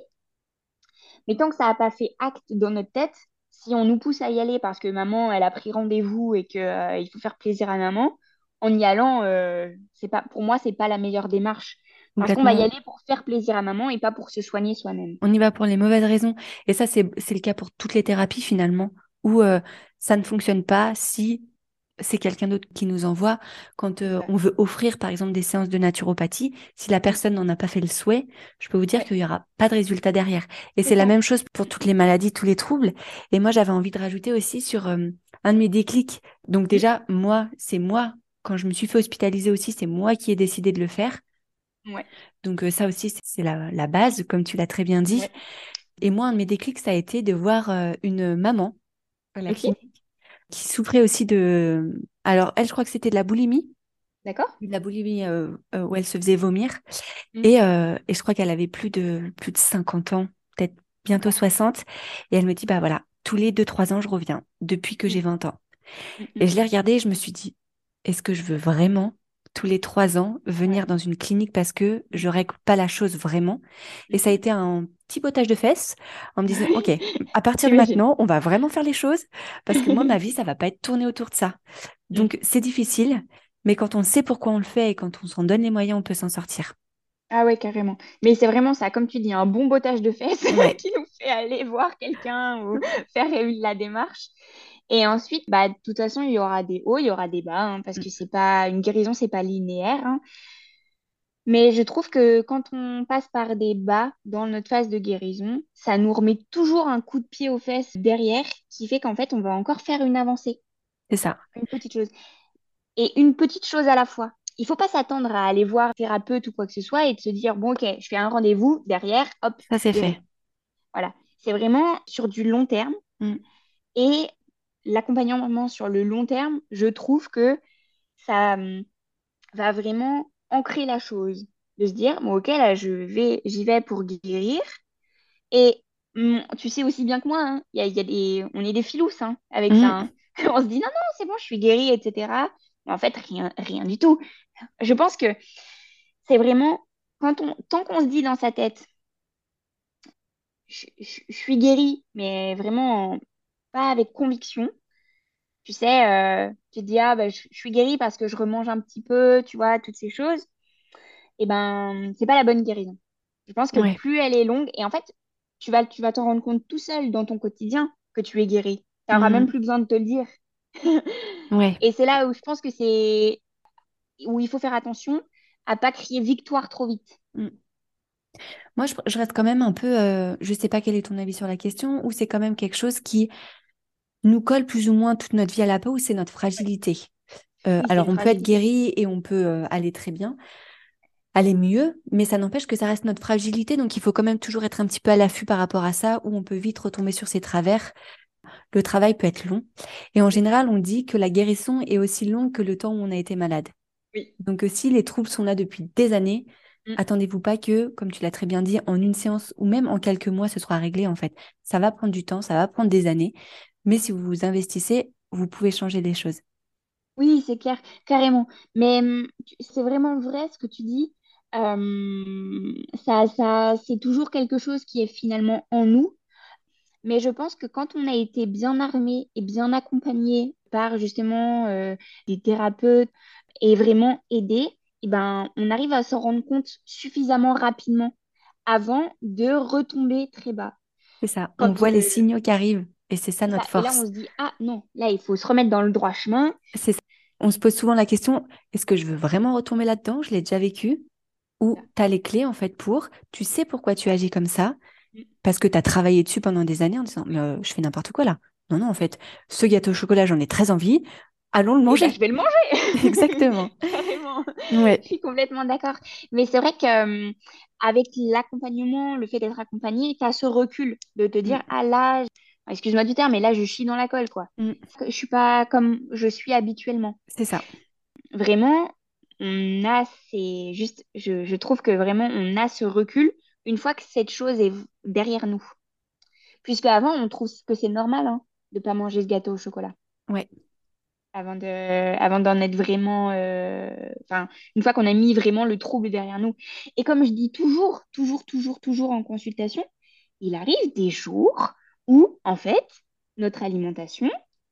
mais tant que ça n'a pas fait acte dans notre tête, si on nous pousse à y aller parce que maman, elle a pris rendez-vous et que, euh, il faut faire plaisir à maman, en y allant, euh, c'est pas, pour moi, c'est pas la meilleure démarche. Parce qu'on va y Complètement. aller pour faire plaisir à maman et pas pour se soigner soi-même. On y va pour les mauvaises raisons. Et ça, c'est, c'est le cas pour toutes les thérapies finalement, où euh, ça ne fonctionne pas si c'est quelqu'un d'autre qui nous envoie. Quand C'est euh, ça. on veut offrir, par exemple, des séances de naturopathie, si la Mm. personne n'en a pas fait le souhait, je peux vous dire Ouais, qu'il n'y aura pas de résultat derrière. Et c'est c'est la ça. même chose pour toutes les maladies, tous les troubles. Et moi, j'avais envie de rajouter aussi sur euh, un de mes déclics. Donc Mm. déjà, moi, c'est moi, quand je me suis fait hospitaliser aussi, c'est moi qui ai décidé de le faire. Ouais, Donc euh, ça aussi, c'est c'est la, la base, comme tu l'as très bien dit. ouais. Et moi, un de mes déclics, ça a été de voir euh, une maman à la Ok, clinique qui souffrait aussi de... Alors, elle, je crois que c'était de la boulimie, d'accord. de la boulimie euh, euh, où elle se faisait vomir. Mm. Et, euh, et je crois qu'elle avait plus de, plus de cinquante ans, peut-être bientôt D'accord. soixante. Et elle me dit, bah voilà, tous les deux trois ans, je reviens, depuis que Mm. j'ai vingt ans. Mm, mm, Et je l'ai mm. regardée et je me suis dit, est-ce que je veux vraiment tous les trois ans Ouais. venir dans une clinique parce que Mm, je règle pas la chose vraiment? Et mm, ça a mm. été un petit bottage de fesses en me disant, OK, à partir de J'imagine. maintenant, on va vraiment faire les choses parce que moi, ma vie, ça va pas être tourné autour de ça. Mm. Donc, c'est difficile, mais quand on sait pourquoi on le fait et quand on s'en donne les moyens, on peut s'en sortir. Ah ouais, carrément. Mais c'est vraiment ça, comme tu dis, un bon bottage de fesses Ouais. qui nous fait aller voir quelqu'un ou faire la démarche. Et ensuite, bah, de toute façon, il y aura des hauts, il y aura des bas, hein, parce Mm. que c'est pas une guérison, c'est pas linéaire, hein. Mais je trouve que quand on passe par des bas dans notre phase de guérison, ça nous remet toujours un coup de pied aux fesses derrière, qui fait qu'en fait, on va encore faire une avancée, C'est ça. une petite chose. Et une petite chose à la fois. Il faut pas s'attendre à aller voir un thérapeute ou quoi que ce soit et de se dire, bon, ok, je fais un rendez-vous, derrière, hop, Ça, c'est guéri. fait. Voilà. C'est vraiment sur du long terme. Mm. Et l'accompagnement sur le long terme, je trouve que ça hum, va vraiment ancrer la chose. De se dire, bon, ok, là, je vais, j'y vais pour guérir. Et hum, tu sais aussi bien que moi, hein, il y a, il y a des, on est des filous hein, avec ça, hein. Mm. On se dit, non, non, c'est bon, je suis guérie, et cetera. Mais en fait, rien, rien du tout. Je pense que c'est vraiment, quand on, tant qu'on se dit dans sa tête, je, je- je suis guérie, mais vraiment pas avec conviction. Tu sais, euh, tu te dis, ah, ben, je, je suis guérie parce que je remange un petit peu, tu vois, toutes ces choses. Et ben, c'est pas la bonne guérison. Je pense que Ouais. plus elle est longue, et en fait, tu vas, tu vas t'en rendre compte tout seul dans ton quotidien que tu es guéri. Tu n'auras même Mm. plus besoin de te le dire. Ouais. Et c'est là où je pense que c'est où il faut faire attention à pas crier victoire trop vite. Mm. Moi, je, je reste quand même un peu, euh, je sais pas quel est ton avis sur la question, ou c'est quand même quelque chose qui nous colle plus ou moins toute notre vie à la peau, ou c'est notre fragilité. Euh, Oui, c'est alors, une on peut être fragilité. guéri et on peut euh, aller très bien, aller mieux, mais ça n'empêche que ça reste notre fragilité, donc il faut quand même toujours être un petit peu à l'affût par rapport à ça, où on peut vite retomber sur ses travers. Le travail peut être long, et en Oui, général, on dit que la guérison est aussi longue que le temps où on a été malade. oui. Donc, euh, si les troubles sont là depuis des années, Mm. attendez-vous pas que, comme tu l'as très bien dit, en une séance ou même en quelques mois, ce sera réglé en fait. Ça va prendre du temps, ça va prendre des années, mais si vous vous investissez, vous pouvez changer les choses. Oui, c'est clair, carrément. Mais hum, tu- c'est vraiment vrai ce que tu dis. Euh, ça, ça, c'est toujours quelque chose qui est finalement en nous. Mais je pense que quand on a été bien armé et bien accompagné par justement euh, des thérapeutes et vraiment aidé, eh ben, on arrive à s'en rendre compte suffisamment rapidement avant de retomber très bas. C'est ça. On Quand, voit les euh, signaux qui arrivent et c'est ça c'est notre ça. Et là, on force. se dit, ah non, là, il faut se remettre dans le droit chemin. C'est ça. On se pose souvent la question, est-ce que je veux vraiment retomber là-dedans? Je l'ai déjà vécu. C'est Ou ça. tu as les clés en fait pour, tu sais pourquoi tu agis comme ça, Mm. parce que tu as travaillé dessus pendant des années en disant, mais euh, je fais n'importe quoi là. Non, non, en fait, ce gâteau au chocolat, j'en ai très envie. Allons le Et ben, je manger. vais le manger. Exactement. Carrément. Je Ouais. suis complètement d'accord. Mais c'est vrai que euh, avec l'accompagnement, le fait d'être accompagné, tu as ce recul de te dire, Mm, ah là, excuse-moi du terme, mais là, je chie dans la colle, quoi. mm. Je suis pas comme je suis habituellement. C'est ça. Vraiment, on a ces, juste, je, je trouve que vraiment, on a ce recul une fois que cette chose est derrière nous. Puisque avant, on trouve que c'est normal, hein, de pas manger ce gâteau au chocolat. Ouais. Avant de, avant d'en être vraiment, euh, enfin, une fois qu'on a mis vraiment le trouble derrière nous. Et comme je dis toujours, toujours, toujours, toujours en consultation, il arrive des jours où, en fait, notre alimentation,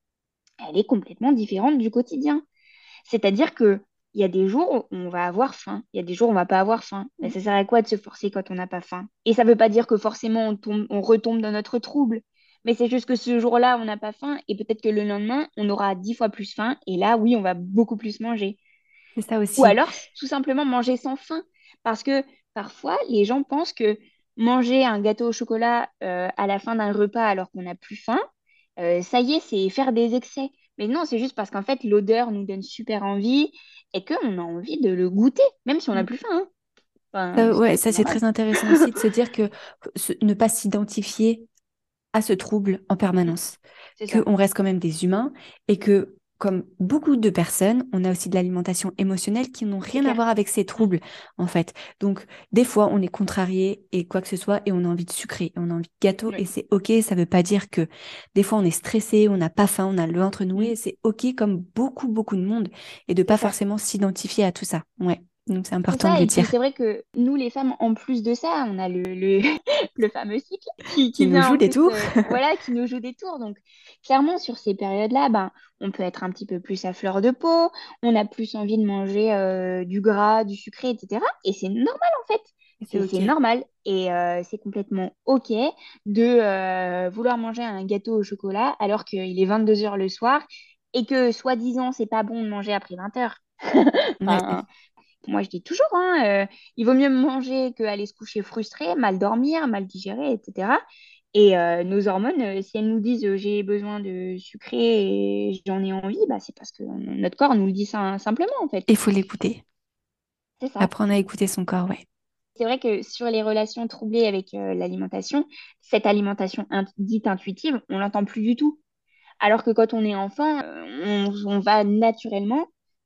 elle est complètement différente du quotidien. C'est-à-dire que il y a des jours où on va avoir faim, il y a des jours où on va pas avoir faim. Ben, Mm. ça sert à quoi de se forcer quand on n'a pas faim? Et ça veut pas dire que forcément on tombe, on retombe dans notre trouble. Mais c'est juste que ce jour-là, on n'a pas faim et peut-être que le lendemain, on aura dix fois plus faim et là, oui, on va beaucoup plus manger. C'est ça Ou aussi. alors, tout simplement manger sans faim. Parce que parfois, les gens pensent que manger un gâteau au chocolat euh, à la fin d'un repas alors qu'on n'a plus faim, euh, ça y est, c'est faire des excès. Mais non, c'est juste parce qu'en fait, l'odeur nous donne super envie et qu'on a envie de le goûter, même si on n'a Mm. plus faim, hein. Enfin, Ça, ouais, c'est ça c'est c'est normal. très intéressant aussi de se dire que ce- ne pas s'identifier à ce trouble en Mm, permanence, c'est ça. qu'on reste quand même des humains et que, comme beaucoup de personnes, on a aussi de l'alimentation émotionnelle qui n'ont C'est rien à clair. voir avec ces Mm, troubles, en fait. Donc, des fois, on est contrarié et quoi que ce soit, et on a envie de sucrer, et on a envie de gâteau, oui, et c'est OK, ça veut pas dire que des fois, on est stressé, on n'a pas faim, on a le ventre noué, mm, et c'est OK comme beaucoup, beaucoup de monde, et de c'est pas ça. forcément s'identifier à tout ça. Ouais, donc c'est C'est important de ça, le et puis dire. c'est vrai que nous, les femmes, en plus de ça, on a le, le, le fameux cycle qui, Qui qui nous vient joue en des plus, tours. euh, voilà, qui nous joue des tours. Donc, clairement, sur ces périodes-là, ben, on peut être un petit peu plus à fleur de peau, on a plus envie de manger euh, du gras, du sucré, et cetera. Et c'est normal, en fait. Et c'est C'est OK. c'est normal. Et euh, c'est complètement OK de euh, vouloir manger un gâteau au chocolat alors qu'il est vingt-deux heures le soir et que, soi-disant, c'est pas bon de manger après vingt heures. Ouais. Enfin, moi, je dis toujours, hein, euh, il vaut mieux manger qu'aller se coucher frustré, mal dormir, mal digérer, et cetera. Et euh, nos hormones, euh, si elles nous disent euh, j'ai besoin de sucré et j'en ai envie, bah, c'est parce que notre corps nous le dit sim- simplement, en fait. Il faut l'écouter. C'est ça. Apprendre à écouter son corps, ouais. C'est vrai que sur les relations troublées avec euh, l'alimentation, cette alimentation int- dite intuitive, on l'entend plus du tout. Alors que quand on est enfant, euh, on, on va naturellement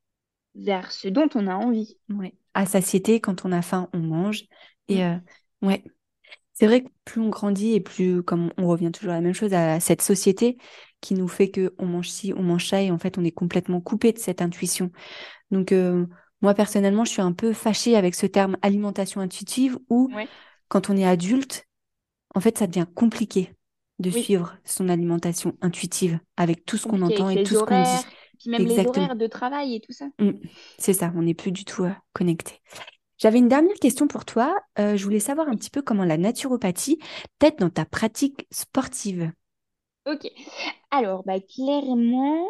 vers ce dont on a envie. Ouais. À satiété, quand on a faim, on mange. Et Mm. euh, ouais, c'est vrai que plus on grandit et plus, comme on revient toujours à la même chose, à cette société qui nous fait que on mange ci, on mange ça, et en fait, on est complètement coupé de cette intuition. Donc, euh, moi, personnellement, je suis un peu fâchée avec ce terme alimentation intuitive où, Ouais. quand on est adulte, en fait, ça devient compliqué de Oui. suivre son alimentation intuitive avec tout ce qu'on Compliqué entend avec et tout les ce qu'on horaires, dit. puis même les Exactement. horaires de travail et tout ça. Mm. C'est ça, on n'est plus du tout euh, connecté. J'avais une dernière question pour toi. Euh, je voulais savoir un Oui. petit peu comment la naturopathie t'aide dans ta pratique sportive. Ok. Alors, bah, clairement,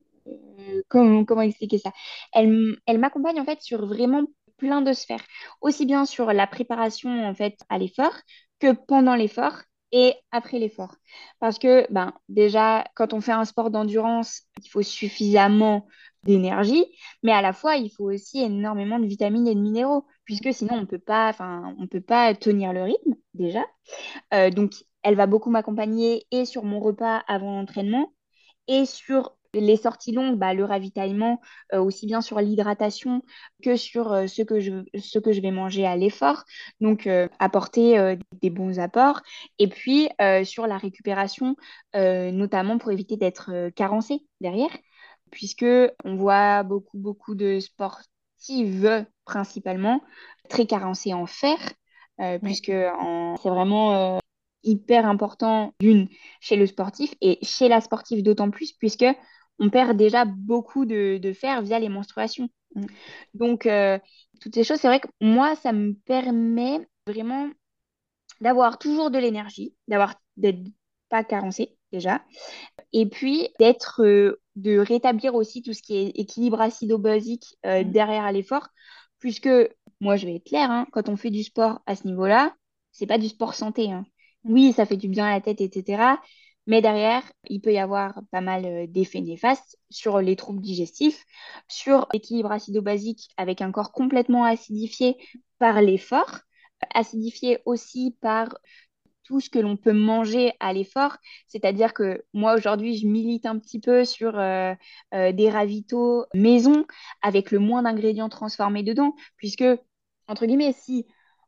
euh, comment, comment expliquer ça? Elle, m- elle m'accompagne en fait sur vraiment plein de sphères. Aussi bien sur la préparation en fait à l'effort que pendant l'effort et après l'effort. Parce que ben, déjà, quand on fait un sport d'endurance, il faut suffisamment d'énergie, mais à la fois, il faut aussi énormément de vitamines et de minéraux, puisque sinon, on peut pas, enfin, on peut pas tenir le rythme déjà. Euh, donc, elle va beaucoup m'accompagner et sur mon repas avant l'entraînement et sur les sorties longues, bah, le ravitaillement, euh, aussi bien sur l'hydratation que sur euh, ce que je, ce que je vais manger à l'effort. Donc, euh, apporter euh, des bons apports. Et puis, euh, sur la récupération, euh, notamment pour éviter d'être euh, carencé derrière, puisque on voit beaucoup, beaucoup de sportives principalement très carencées en fer, euh, Ouais. puisque en- c'est vraiment euh, hyper important d'une chez le sportif et chez la sportive d'autant plus puisque on perd déjà beaucoup de, de fer via les menstruations. Mm. Donc, euh, toutes ces choses, c'est vrai que moi, ça me permet vraiment d'avoir toujours de l'énergie, d'avoir d'être pas carencé déjà, et puis d'être euh, de rétablir aussi tout ce qui est équilibre acido-basique euh, Mm. derrière l'effort, puisque moi je vais être claire, hein, quand on fait du sport à ce niveau-là, c'est pas du sport santé, hein. Oui, ça fait du bien à la tête, et cetera. Mais derrière, il peut y avoir pas mal euh, d'effets néfastes sur les troubles digestifs, sur l'équilibre acido-basique avec un corps complètement acidifié par l'effort, acidifié aussi par tout ce que l'on peut manger à l'effort. C'est-à-dire que moi, aujourd'hui, je milite un petit peu sur euh, euh, des ravitaux maison avec le moins d'ingrédients transformés dedans, puisque, entre guillemets, si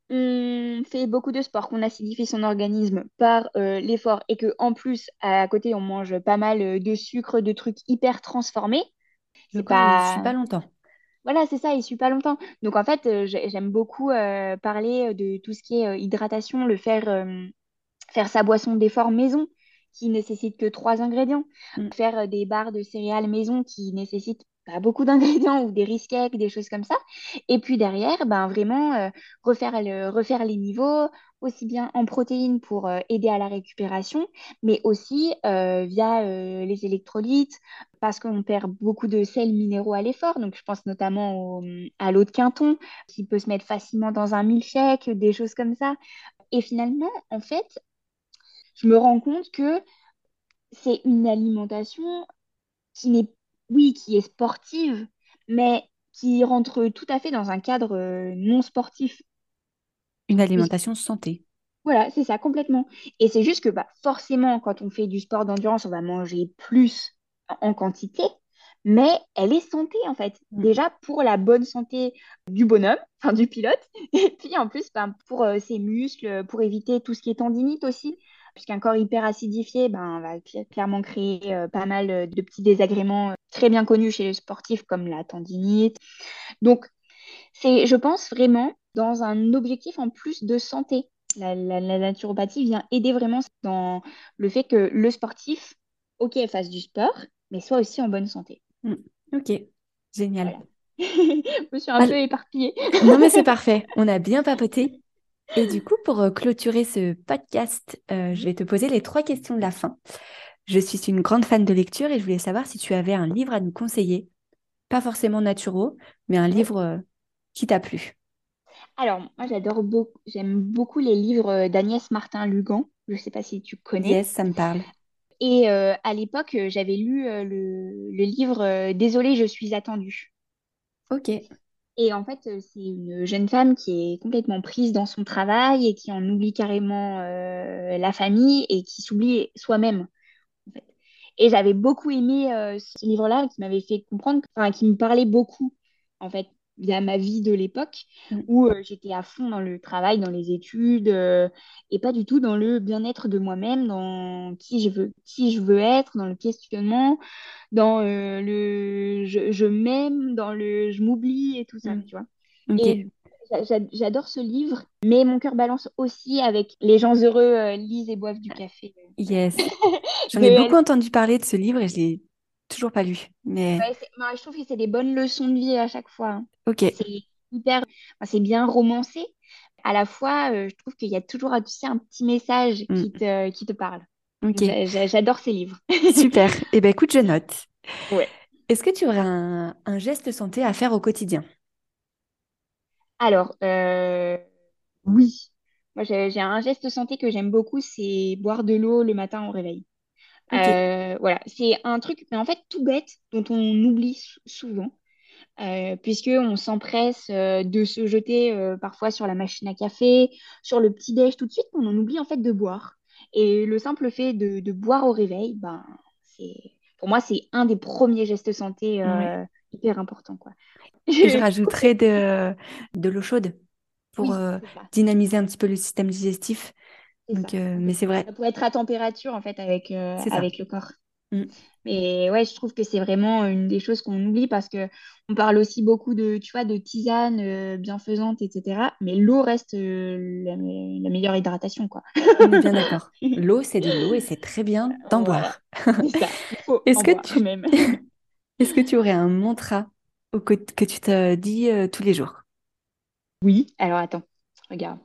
on fait beaucoup de sport, qu'on acidifie son organisme par euh, l'effort et que en plus, à côté, on mange pas mal euh, de sucre, de trucs hyper transformés, Le c'est corps, il suit pas... pas longtemps. Voilà, c'est ça, il suit pas longtemps. Donc en fait, euh, j'ai- j'aime beaucoup euh, parler de tout ce qui est euh, hydratation, le faire euh, faire sa boisson d'effort maison qui nécessite que trois ingrédients, Mm. faire euh, des barres de céréales maison qui nécessitent pas beaucoup d'ingrédients ou des risquecs, des choses comme ça. Et puis derrière, ben vraiment euh, refaire le, refaire les niveaux, aussi bien en protéines pour euh, aider à la récupération, mais aussi euh, via euh, les électrolytes, parce qu'on perd beaucoup de sels minéraux à l'effort. Donc je pense notamment au- à l'eau de Quinton, qui peut se mettre facilement dans un milkshake, des choses comme ça. Et finalement, en fait, je me rends compte que c'est une alimentation qui n'est, oui, qui est sportive, mais qui rentre tout à fait dans un cadre euh, non sportif. Une Puisque, alimentation santé. voilà, c'est ça, complètement. Et c'est juste que bah, forcément, quand on fait du sport d'endurance, on va manger plus en quantité, mais elle est santé, en fait. Mm. Déjà, pour la bonne santé du bonhomme, enfin du pilote, et puis en plus, ben, pour euh, ses muscles, pour éviter tout ce qui est tendinite aussi, puisqu'un corps hyper acidifié ben, va cl- clairement créer euh, pas mal euh, de petits désagréments euh, très bien connus chez les sportifs, comme la tendinite. Donc, c'est, je pense vraiment dans un objectif en plus de santé. La, la- la naturopathie vient aider vraiment dans le fait que le sportif, ok, fasse du sport, mais soit aussi en bonne santé. Mm. Ok, génial. Voilà. Je me suis un peu Al- éparpillée. non, mais c'est parfait. On a bien papoté. Et du coup, pour euh, clôturer ce podcast, euh, je vais te poser les trois questions de la fin. Je suis une grande fan de lecture et je voulais savoir si tu avais un livre à nous conseiller. Pas forcément naturaux, mais un Ouais. livre euh, qui t'a plu. Alors, moi, j'adore beaucoup, j'aime beaucoup les livres d'Agnès Martin-Lugan. Je ne sais pas si tu connais. Yes, ça me parle. Et euh, à l'époque, euh, j'avais lu euh, le, le livre euh, Désolée, je suis attendue. Ok. Et en fait, euh, c'est une jeune femme qui est complètement prise dans son travail et qui en oublie carrément euh, la famille et qui s'oublie soi-même, en fait. Et j'avais beaucoup aimé euh, ce livre-là qui m'avait fait comprendre, enfin, qui me parlait beaucoup, en fait, via ma vie de l'époque Mm. où euh, j'étais à fond dans le travail, dans les études euh, et pas du tout dans le bien-être de moi-même, dans qui je veux, qui je veux être, dans le questionnement, dans euh, le je, je m'aime, dans le je m'oublie et tout ça, Mm. tu vois. Ok. Et j'a- j'a- j'adore ce livre, mais mon cœur balance aussi avec Les gens heureux euh, lisent et boivent du café Yes. J'en de ai beaucoup elle. entendu parler de ce livre et je l'ai toujours pas lu. Mais Ouais, c'est- moi, je trouve que c'est des bonnes leçons de vie à chaque fois, hein. ok. C'est hyper, enfin, c'est bien romancé. À la fois, euh, je trouve qu'il y a toujours, tu sais, un petit message qui Mm. te, qui te parle. Ok. J'a- j'a- J'adore ces livres. Super. Eh ben écoute, je note. Ouais. Est-ce que tu aurais un, un geste santé à faire au quotidien? Alors, euh, oui. Moi, j'ai j'ai un geste santé que j'aime beaucoup, c'est boire de l'eau le matin au réveil. Ok. Euh, voilà, c'est un truc, mais en fait, tout bête, dont on oublie sou- souvent, euh, puisqu'on s'empresse euh, de se jeter euh, parfois sur la machine à café, sur le petit-déj tout de suite, on en oublie en fait de boire. Et le simple fait de, de boire au réveil, ben, c'est, pour moi, c'est un des premiers gestes santé Ouais. euh, hyper importants, quoi. Et je Je trouve que rajouterais de, de l'eau chaude pour oui, euh, c'est ça. dynamiser un petit peu le système digestif. C'est Donc, ça, euh, mais c'est complètement. vrai, Ça pourrait être à température en fait avec, euh, c'est ça. avec le corps. Mm. Mais ouais, je trouve que c'est vraiment une des choses qu'on oublie parce que on parle aussi beaucoup de, tu vois, de tisane euh, bienfaisante, et cetera. Mais l'eau reste euh, la, la meilleure hydratation, quoi. On est bien d'accord. L'eau, c'est de l'eau et c'est très bien d'en Voilà, boire. c'est ça. Il faut Est-ce en que boire tu, même. est-ce que tu aurais un mantra au co- que tu te dis euh, tous les jours? Oui, alors attends, regarde.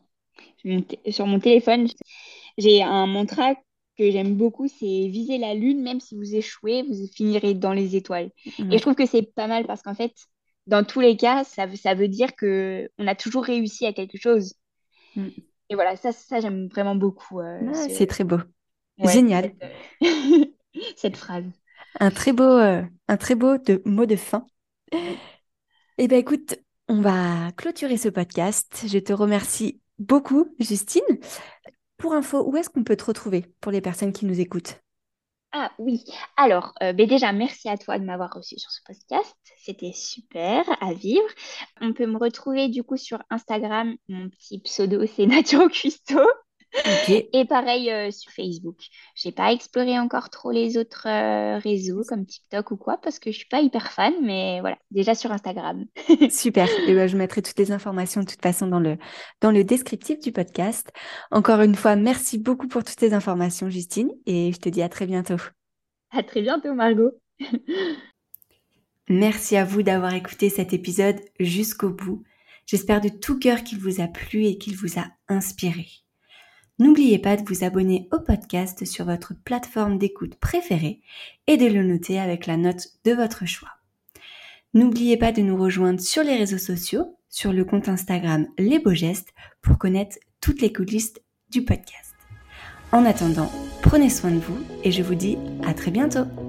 Mon t- sur mon téléphone, j'ai un mantra que j'aime beaucoup, c'est viser la lune, même si vous échouez, vous finirez dans les étoiles. Et je Ouais. trouve que c'est pas mal parce qu'en fait, dans tous les cas, ça, veut- ça veut dire que on a toujours réussi à quelque chose. Mm. Et voilà, ça, ça j'aime vraiment beaucoup euh, Ah, c'est ce, très beau. ouais, Génial. cette, euh, cette phrase. Un très beau, euh, un très beau de, mot de fin. Mm. Eh bien, écoute, on va clôturer ce podcast. Je te remercie beaucoup, Justine. Pour info, où est-ce qu'on peut te retrouver pour les personnes qui nous écoutent? Ah oui, alors euh, ben déjà merci à toi de m'avoir reçu sur ce podcast, c'était super à vivre. On peut me retrouver du coup sur Instagram, mon petit pseudo c'est Naturo Cuisto. Ok, Et pareil euh, sur Facebook. J'ai pas exploré encore trop les autres euh, réseaux comme TikTok ou quoi parce que je suis pas hyper fan, mais voilà, déjà sur Instagram. super. Et ben, je mettrai toutes les informations de toute façon dans le, dans le descriptif du podcast. Encore une fois, merci beaucoup pour toutes ces informations, Justine, et je te dis à très bientôt. À très bientôt, Margot. Merci à vous d'avoir écouté cet épisode jusqu'au bout. J'espère de tout cœur qu'il vous a plu et qu'il vous a inspiré. N'oubliez pas de vous abonner au podcast sur votre plateforme d'écoute préférée et de le noter avec la note de votre choix. N'oubliez pas de nous rejoindre sur les réseaux sociaux, sur le compte Instagram Les Beaux Gestes, pour connaître toutes les coulisses du podcast. En attendant, prenez soin de vous et je vous dis à très bientôt.